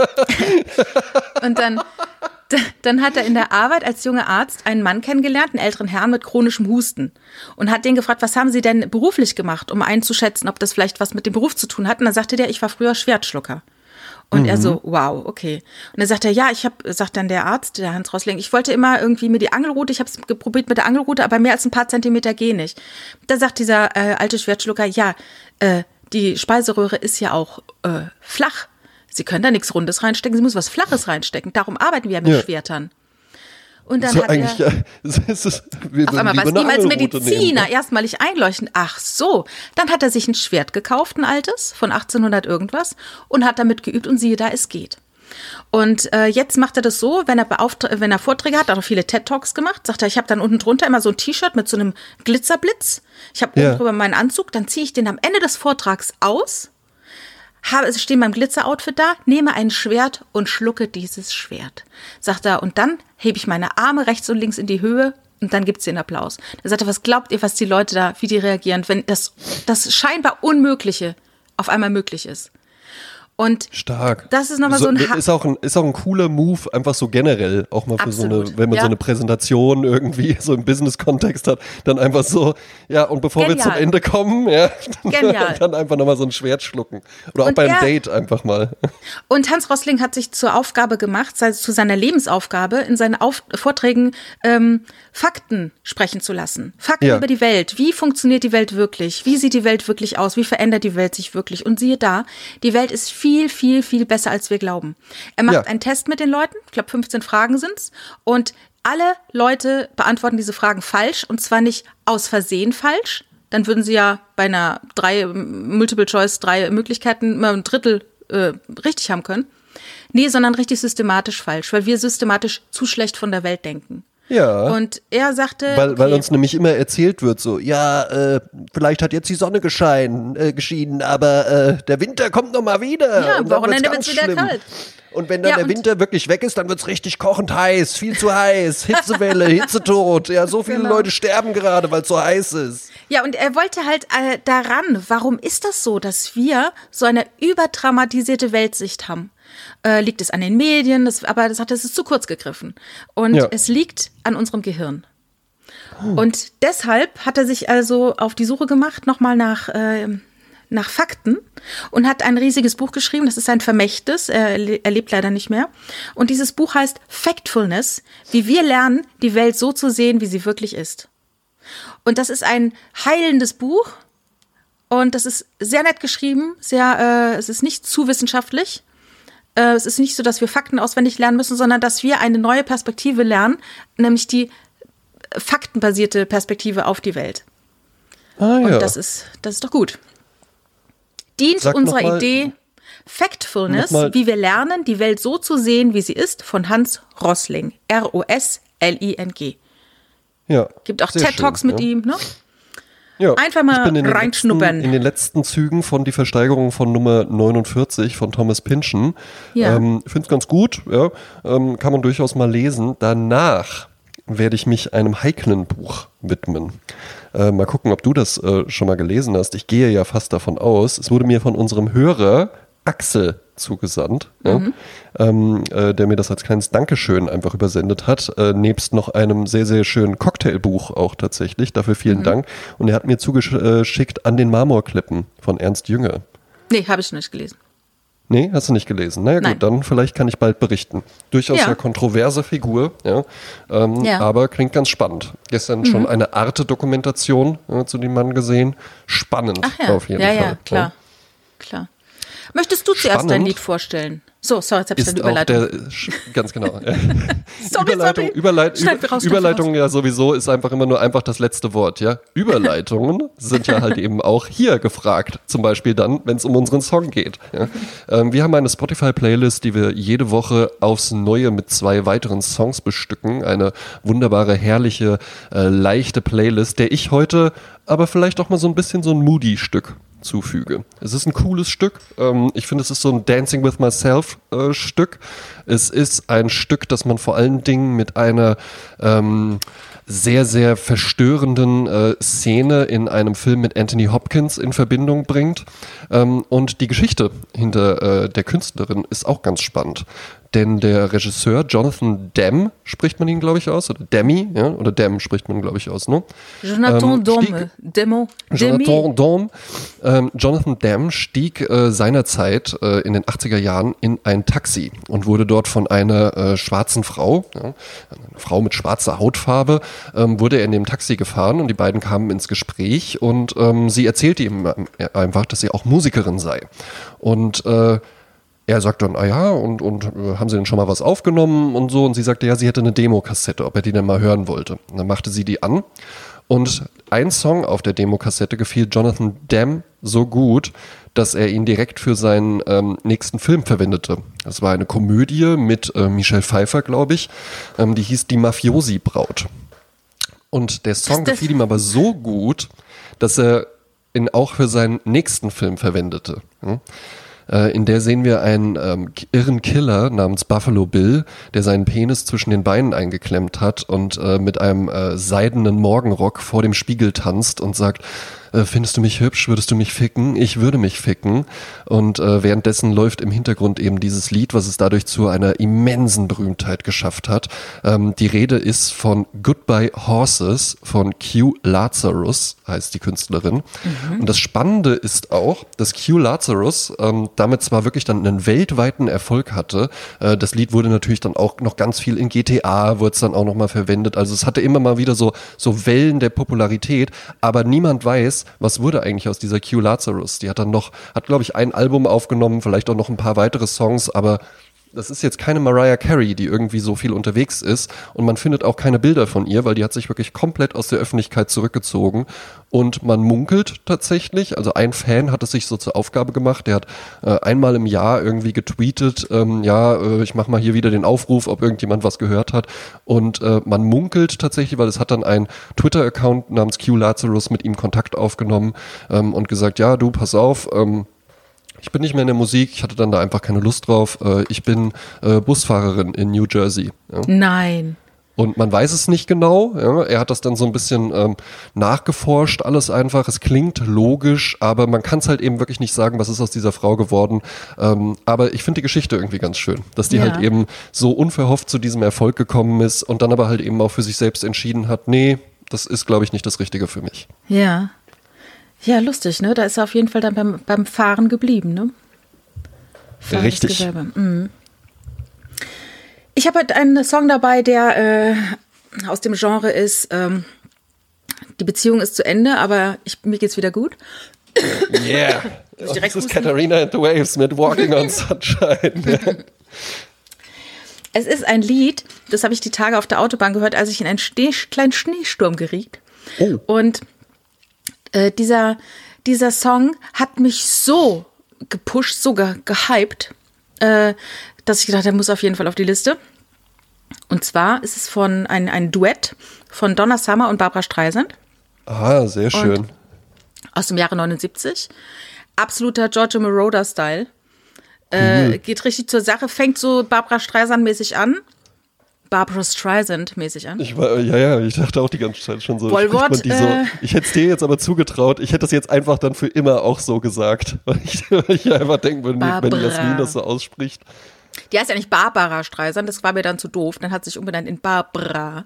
Und dann hat er in der Arbeit als junger Arzt einen Mann kennengelernt, einen älteren Herrn mit chronischem Husten, und hat den gefragt, was haben Sie denn beruflich gemacht, um einzuschätzen, ob das vielleicht was mit dem Beruf zu tun hat. Und dann sagte der, ich war früher Schwertschlucker. Und er so, wow, okay. Und dann sagt er, ja, sagt dann der Arzt, der Hans Rosling, ich wollte immer irgendwie mir die Angelrute, ich habe es probiert mit der Angelrute, aber mehr als ein paar Zentimeter geh nicht. Da sagt dieser alte Schwertschlucker, ja, die Speiseröhre ist ja auch flach. Sie können da nichts Rundes reinstecken, Sie müssen was Flaches reinstecken. Darum arbeiten wir ja mit Schwertern. Und dann so hat er auf einmal, was ihm als Mediziner erstmalig einleuchten. Ach so, dann hat er sich ein Schwert gekauft, ein altes, von 1800 irgendwas, und hat damit geübt, und siehe da, es geht. Und jetzt macht er das so, wenn er Vorträge hat auch viele TED-Talks gemacht, sagt er, ich habe dann unten drunter immer so ein T-Shirt mit so einem Glitzerblitz. Ich habe oben drüber meinen Anzug, dann ziehe ich den am Ende des Vortrags aus, stehe in meinem Glitzer-Outfit da, nehme ein Schwert und schlucke dieses Schwert. Sagt er, und dann hebe ich meine Arme rechts und links in die Höhe und dann gibt's den Applaus. Da sagt er, was glaubt ihr, was die Leute da, wie die reagieren, wenn das scheinbar Unmögliche auf einmal möglich ist? Und stark. Das ist nochmal so ein ist auch ein cooler Move, einfach so generell, auch mal für Absolut. wenn man so eine Präsentation irgendwie so im Business-Kontext hat, dann einfach so, ja, und bevor wir zum Ende kommen, ja, dann einfach nochmal so ein Schwert schlucken. Oder auch beim Date einfach mal. Und Hans Rosling hat sich zur Aufgabe gemacht, zu seiner Lebensaufgabe, in seinen Vorträgen Fakten sprechen zu lassen. Fakten über die Welt. Wie funktioniert die Welt wirklich? Wie sieht die Welt wirklich aus? Wie verändert die Welt sich wirklich? Und siehe da, die Welt ist viel, viel, viel besser, als wir glauben. Er macht einen Test mit den Leuten, ich glaube 15 Fragen sind's, und alle Leute beantworten diese Fragen falsch, und zwar nicht aus Versehen falsch, dann würden sie ja bei einer Multiple Choice 3 Möglichkeiten immer ein Drittel richtig haben können. Nee, sondern richtig systematisch falsch, weil wir systematisch zu schlecht von der Welt denken. Ja. Und er sagte, weil uns nämlich immer erzählt wird, so, vielleicht hat jetzt die Sonne geschienen, aber der Winter kommt noch mal wieder. Ja, am Wochenende wird's wieder kalt. Und wenn dann der Winter wirklich weg ist, dann wird's richtig kochend heiß, viel zu heiß, Hitzewelle, Hitzetod. Ja, so viele Leute sterben gerade, weil es so heiß ist. Ja, und er wollte halt daran, warum ist das so, dass wir so eine überdramatisierte Weltsicht haben? Liegt es an den Medien? Aber das ist zu kurz gegriffen. Und es liegt an unserem Gehirn. Und deshalb hat er sich also auf die Suche gemacht, nochmal nach Fakten, und hat ein riesiges Buch geschrieben. Das ist sein Vermächtnis. Er lebt leider nicht mehr. Und dieses Buch heißt Factfulness, wie wir lernen, die Welt so zu sehen, wie sie wirklich ist. Und das ist ein heilendes Buch. Und das ist sehr nett geschrieben. Es ist nicht zu wissenschaftlich. Es ist nicht so, dass wir Fakten auswendig lernen müssen, sondern dass wir eine neue Perspektive lernen, nämlich die faktenbasierte Perspektive auf die Welt. Und das ist doch gut. Dient unserer Idee Factfulness, wie wir lernen, die Welt so zu sehen, wie sie ist, von Hans Rosling. R-O-S-L-I-N-G. Ja. Gibt auch TED-Talks mit ihm, ne? Ja, einfach mal reinschnuppern. In den letzten Zügen von die Versteigerung von Nummer 49 von Thomas Pynchon. Ja. Finde es ganz gut, ja. Kann man durchaus mal lesen. Danach werde ich mich einem heiklen Buch widmen. Mal gucken, ob du das schon mal gelesen hast. Ich gehe ja fast davon aus. Es wurde mir von unserem Hörer Axel zugesandt, der mir das als kleines Dankeschön einfach übersendet hat, nebst noch einem sehr, sehr schönen Cocktailbuch auch tatsächlich, dafür vielen Dank. Und er hat mir zugeschickt An den Marmorklippen von Ernst Jünger. Nee, habe ich nicht gelesen. Nee, hast du nicht gelesen? Naja gut, dann vielleicht kann ich bald berichten. Durchaus eine kontroverse Figur, aber klingt ganz spannend. Gestern schon eine Arte-Dokumentation zu dem Mann gesehen. Spannend auf jeden Fall. Ja, klar. Möchtest du zuerst dein Lied vorstellen? So, sorry, jetzt habe ich eine Überleitung. Ganz genau. sorry. Überleitung ja sowieso ist einfach immer nur das letzte Wort, ja. Überleitungen sind ja halt eben auch hier gefragt. Zum Beispiel dann, wenn es um unseren Song geht. Ja. Wir haben eine Spotify-Playlist, die wir jede Woche aufs Neue mit 2 weiteren Songs bestücken. Eine wunderbare, herrliche, leichte Playlist, der ich heute aber vielleicht auch mal so ein bisschen so ein Moody-Stück zufüge. Es ist ein cooles Stück. Ich finde, es ist so ein Dancing with Myself Stück. Es ist ein Stück, das man vor allen Dingen mit einer sehr, sehr verstörenden Szene in einem Film mit Anthony Hopkins in Verbindung bringt. Und die Geschichte hinter der Künstlerin ist auch ganz spannend. Denn der Regisseur Jonathan Demme, spricht man ihn, glaube ich, aus, oder Demme, ja, oder Demme spricht man, glaube ich, aus, ne? Jonathan Demme stieg seinerzeit in den 80er Jahren in ein Taxi und wurde dort von einer schwarzen Frau, eine Frau mit schwarzer Hautfarbe, wurde er in dem Taxi gefahren und die beiden kamen ins Gespräch und sie erzählte ihm einfach, dass sie auch Musikerin sei. Und er sagte dann, und haben sie denn schon mal was aufgenommen und so? Und sie sagte, ja, sie hätte eine Demokassette, ob er die denn mal hören wollte. Und dann machte sie die an und ein Song auf der Demokassette gefiel Jonathan Demme so gut, dass er ihn direkt für seinen nächsten Film verwendete. Das war eine Komödie mit Michelle Pfeiffer, glaube ich, die hieß Die Mafiosi-Braut. Und der Song gefiel ihm aber so gut, dass er ihn auch für seinen nächsten Film verwendete. In der sehen wir einen irren Killer namens Buffalo Bill, der seinen Penis zwischen den Beinen eingeklemmt hat und mit einem seidenen Morgenrock vor dem Spiegel tanzt und sagt, findest du mich hübsch, würdest du mich ficken? Ich würde mich ficken. Und währenddessen läuft im Hintergrund eben dieses Lied, was es dadurch zu einer immensen Berühmtheit geschafft hat. Die Rede ist von Goodbye Horses von Q Lazarus, heißt die Künstlerin. Und das Spannende ist auch, dass Q Lazarus damit zwar wirklich dann einen weltweiten Erfolg hatte. Das Lied wurde natürlich dann auch noch ganz viel in GTA, wurde es dann auch nochmal verwendet. Also es hatte immer mal wieder so Wellen der Popularität, aber niemand weiß, was wurde eigentlich aus dieser Q Lazarus. Die hat glaube ich, ein Album aufgenommen, vielleicht auch noch ein paar weitere Songs, aber das ist jetzt keine Mariah Carey, die irgendwie so viel unterwegs ist, und man findet auch keine Bilder von ihr, weil die hat sich wirklich komplett aus der Öffentlichkeit zurückgezogen, und man munkelt tatsächlich, also ein Fan hat es sich so zur Aufgabe gemacht, der hat einmal im Jahr irgendwie getweetet, ich mache mal hier wieder den Aufruf, ob irgendjemand was gehört hat, und man munkelt tatsächlich, weil es hat dann ein Twitter-Account namens Q Lazarus mit ihm Kontakt aufgenommen und gesagt, ja, du, pass auf, ich bin nicht mehr in der Musik, ich hatte dann da einfach keine Lust drauf. Ich bin Busfahrerin in New Jersey. Ja. Nein. Und man weiß es nicht genau. Ja. Er hat das dann so ein bisschen nachgeforscht, alles einfach. Es klingt logisch, aber man kann es halt eben wirklich nicht sagen, was ist aus dieser Frau geworden. Aber ich finde die Geschichte irgendwie ganz schön, dass die halt eben so unverhofft zu diesem Erfolg gekommen ist und dann aber halt eben auch für sich selbst entschieden hat, nee, das ist, glaube ich, nicht das Richtige für mich. Ja. Ja, lustig, ne? Da ist er auf jeden Fall dann beim Fahren geblieben, ne? Richtig. Ich habe halt einen Song dabei, der aus dem Genre ist, die Beziehung ist zu Ende, aber mir geht's wieder gut. Yeah. Das ist Katharina and the Waves mit Walking on Sunshine. Es ist ein Lied, das habe ich die Tage auf der Autobahn gehört, als ich in einen kleinen Schneesturm geriet. Oh. Und dieser Song hat mich so gepusht, so gehypt, dass ich gedacht habe, der muss auf jeden Fall auf die Liste. Und zwar ist es ein Duett von Donna Summer und Barbra Streisand. Ah, sehr schön. Und aus dem Jahre 79. Absoluter Giorgio Moroder-Style. Geht richtig zur Sache, fängt so Barbra Streisand-mäßig an. Ich dachte auch die ganze Zeit schon so. Wollwort, ich hätte es dir jetzt aber zugetraut, ich hätte das jetzt einfach dann für immer auch so gesagt, weil ich einfach denke, wenn Jasmin das so ausspricht. Die heißt ja nicht Barbara Streisand, das war mir dann zu doof, dann hat sie sich umbenannt in Barbara.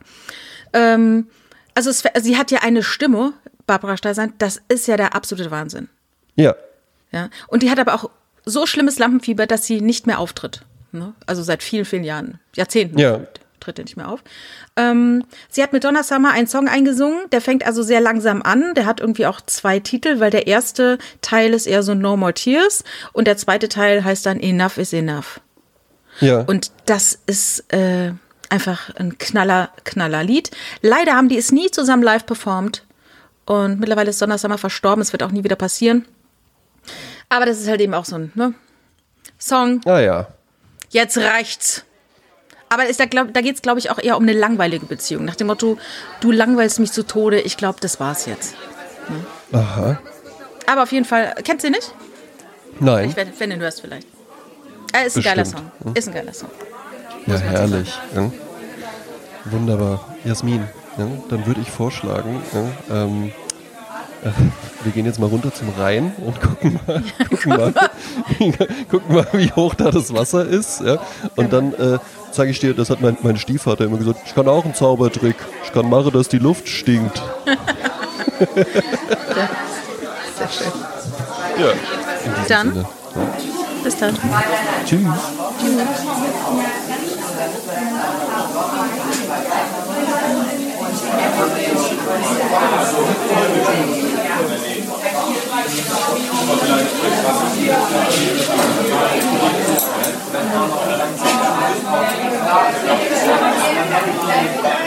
Sie hat ja eine Stimme, Barbara Streisand, das ist ja der absolute Wahnsinn. Ja. Und die hat aber auch so schlimmes Lampenfieber, dass sie nicht mehr auftritt. Ne? Also seit vielen, vielen Jahren, Jahrzehnten. Ja. Tritt er nicht mehr auf. Sie hat mit Donna Summer einen Song eingesungen, der fängt also sehr langsam an, der hat irgendwie auch 2 Titel, weil der erste Teil ist eher so No More Tears und der zweite Teil heißt dann Enough is Enough. Ja. Und das ist einfach ein knaller Lied. Leider haben die es nie zusammen live performt und mittlerweile ist Donna Summer verstorben, es wird auch nie wieder passieren. Aber das ist halt eben auch so ein Song. Ah ja. Jetzt reicht's. Aber da geht es, glaube ich, auch eher um eine langweilige Beziehung. Nach dem Motto, du langweilst mich zu Tode, ich glaube, das war's jetzt. Ne? Aha. Aber auf jeden Fall, kennst du den nicht? Nein. Wenn du ihn hörst vielleicht. Ist ein geiler Song. Ist ein geiler Song. Ja, herrlich. Ja. Wunderbar. Jasmin, dann würde ich vorschlagen, wir gehen jetzt mal runter zum Rhein und gucken mal, wie hoch da das Wasser ist. Ja? Und dann zeige ich dir, das hat mein Stiefvater immer gesagt, ich kann auch einen Zaubertrick. Ich kann machen, dass die Luft stinkt. Sehr schön. Ja, dann. Sinne. Ja. Bis dann. Tschüss. Tschüss.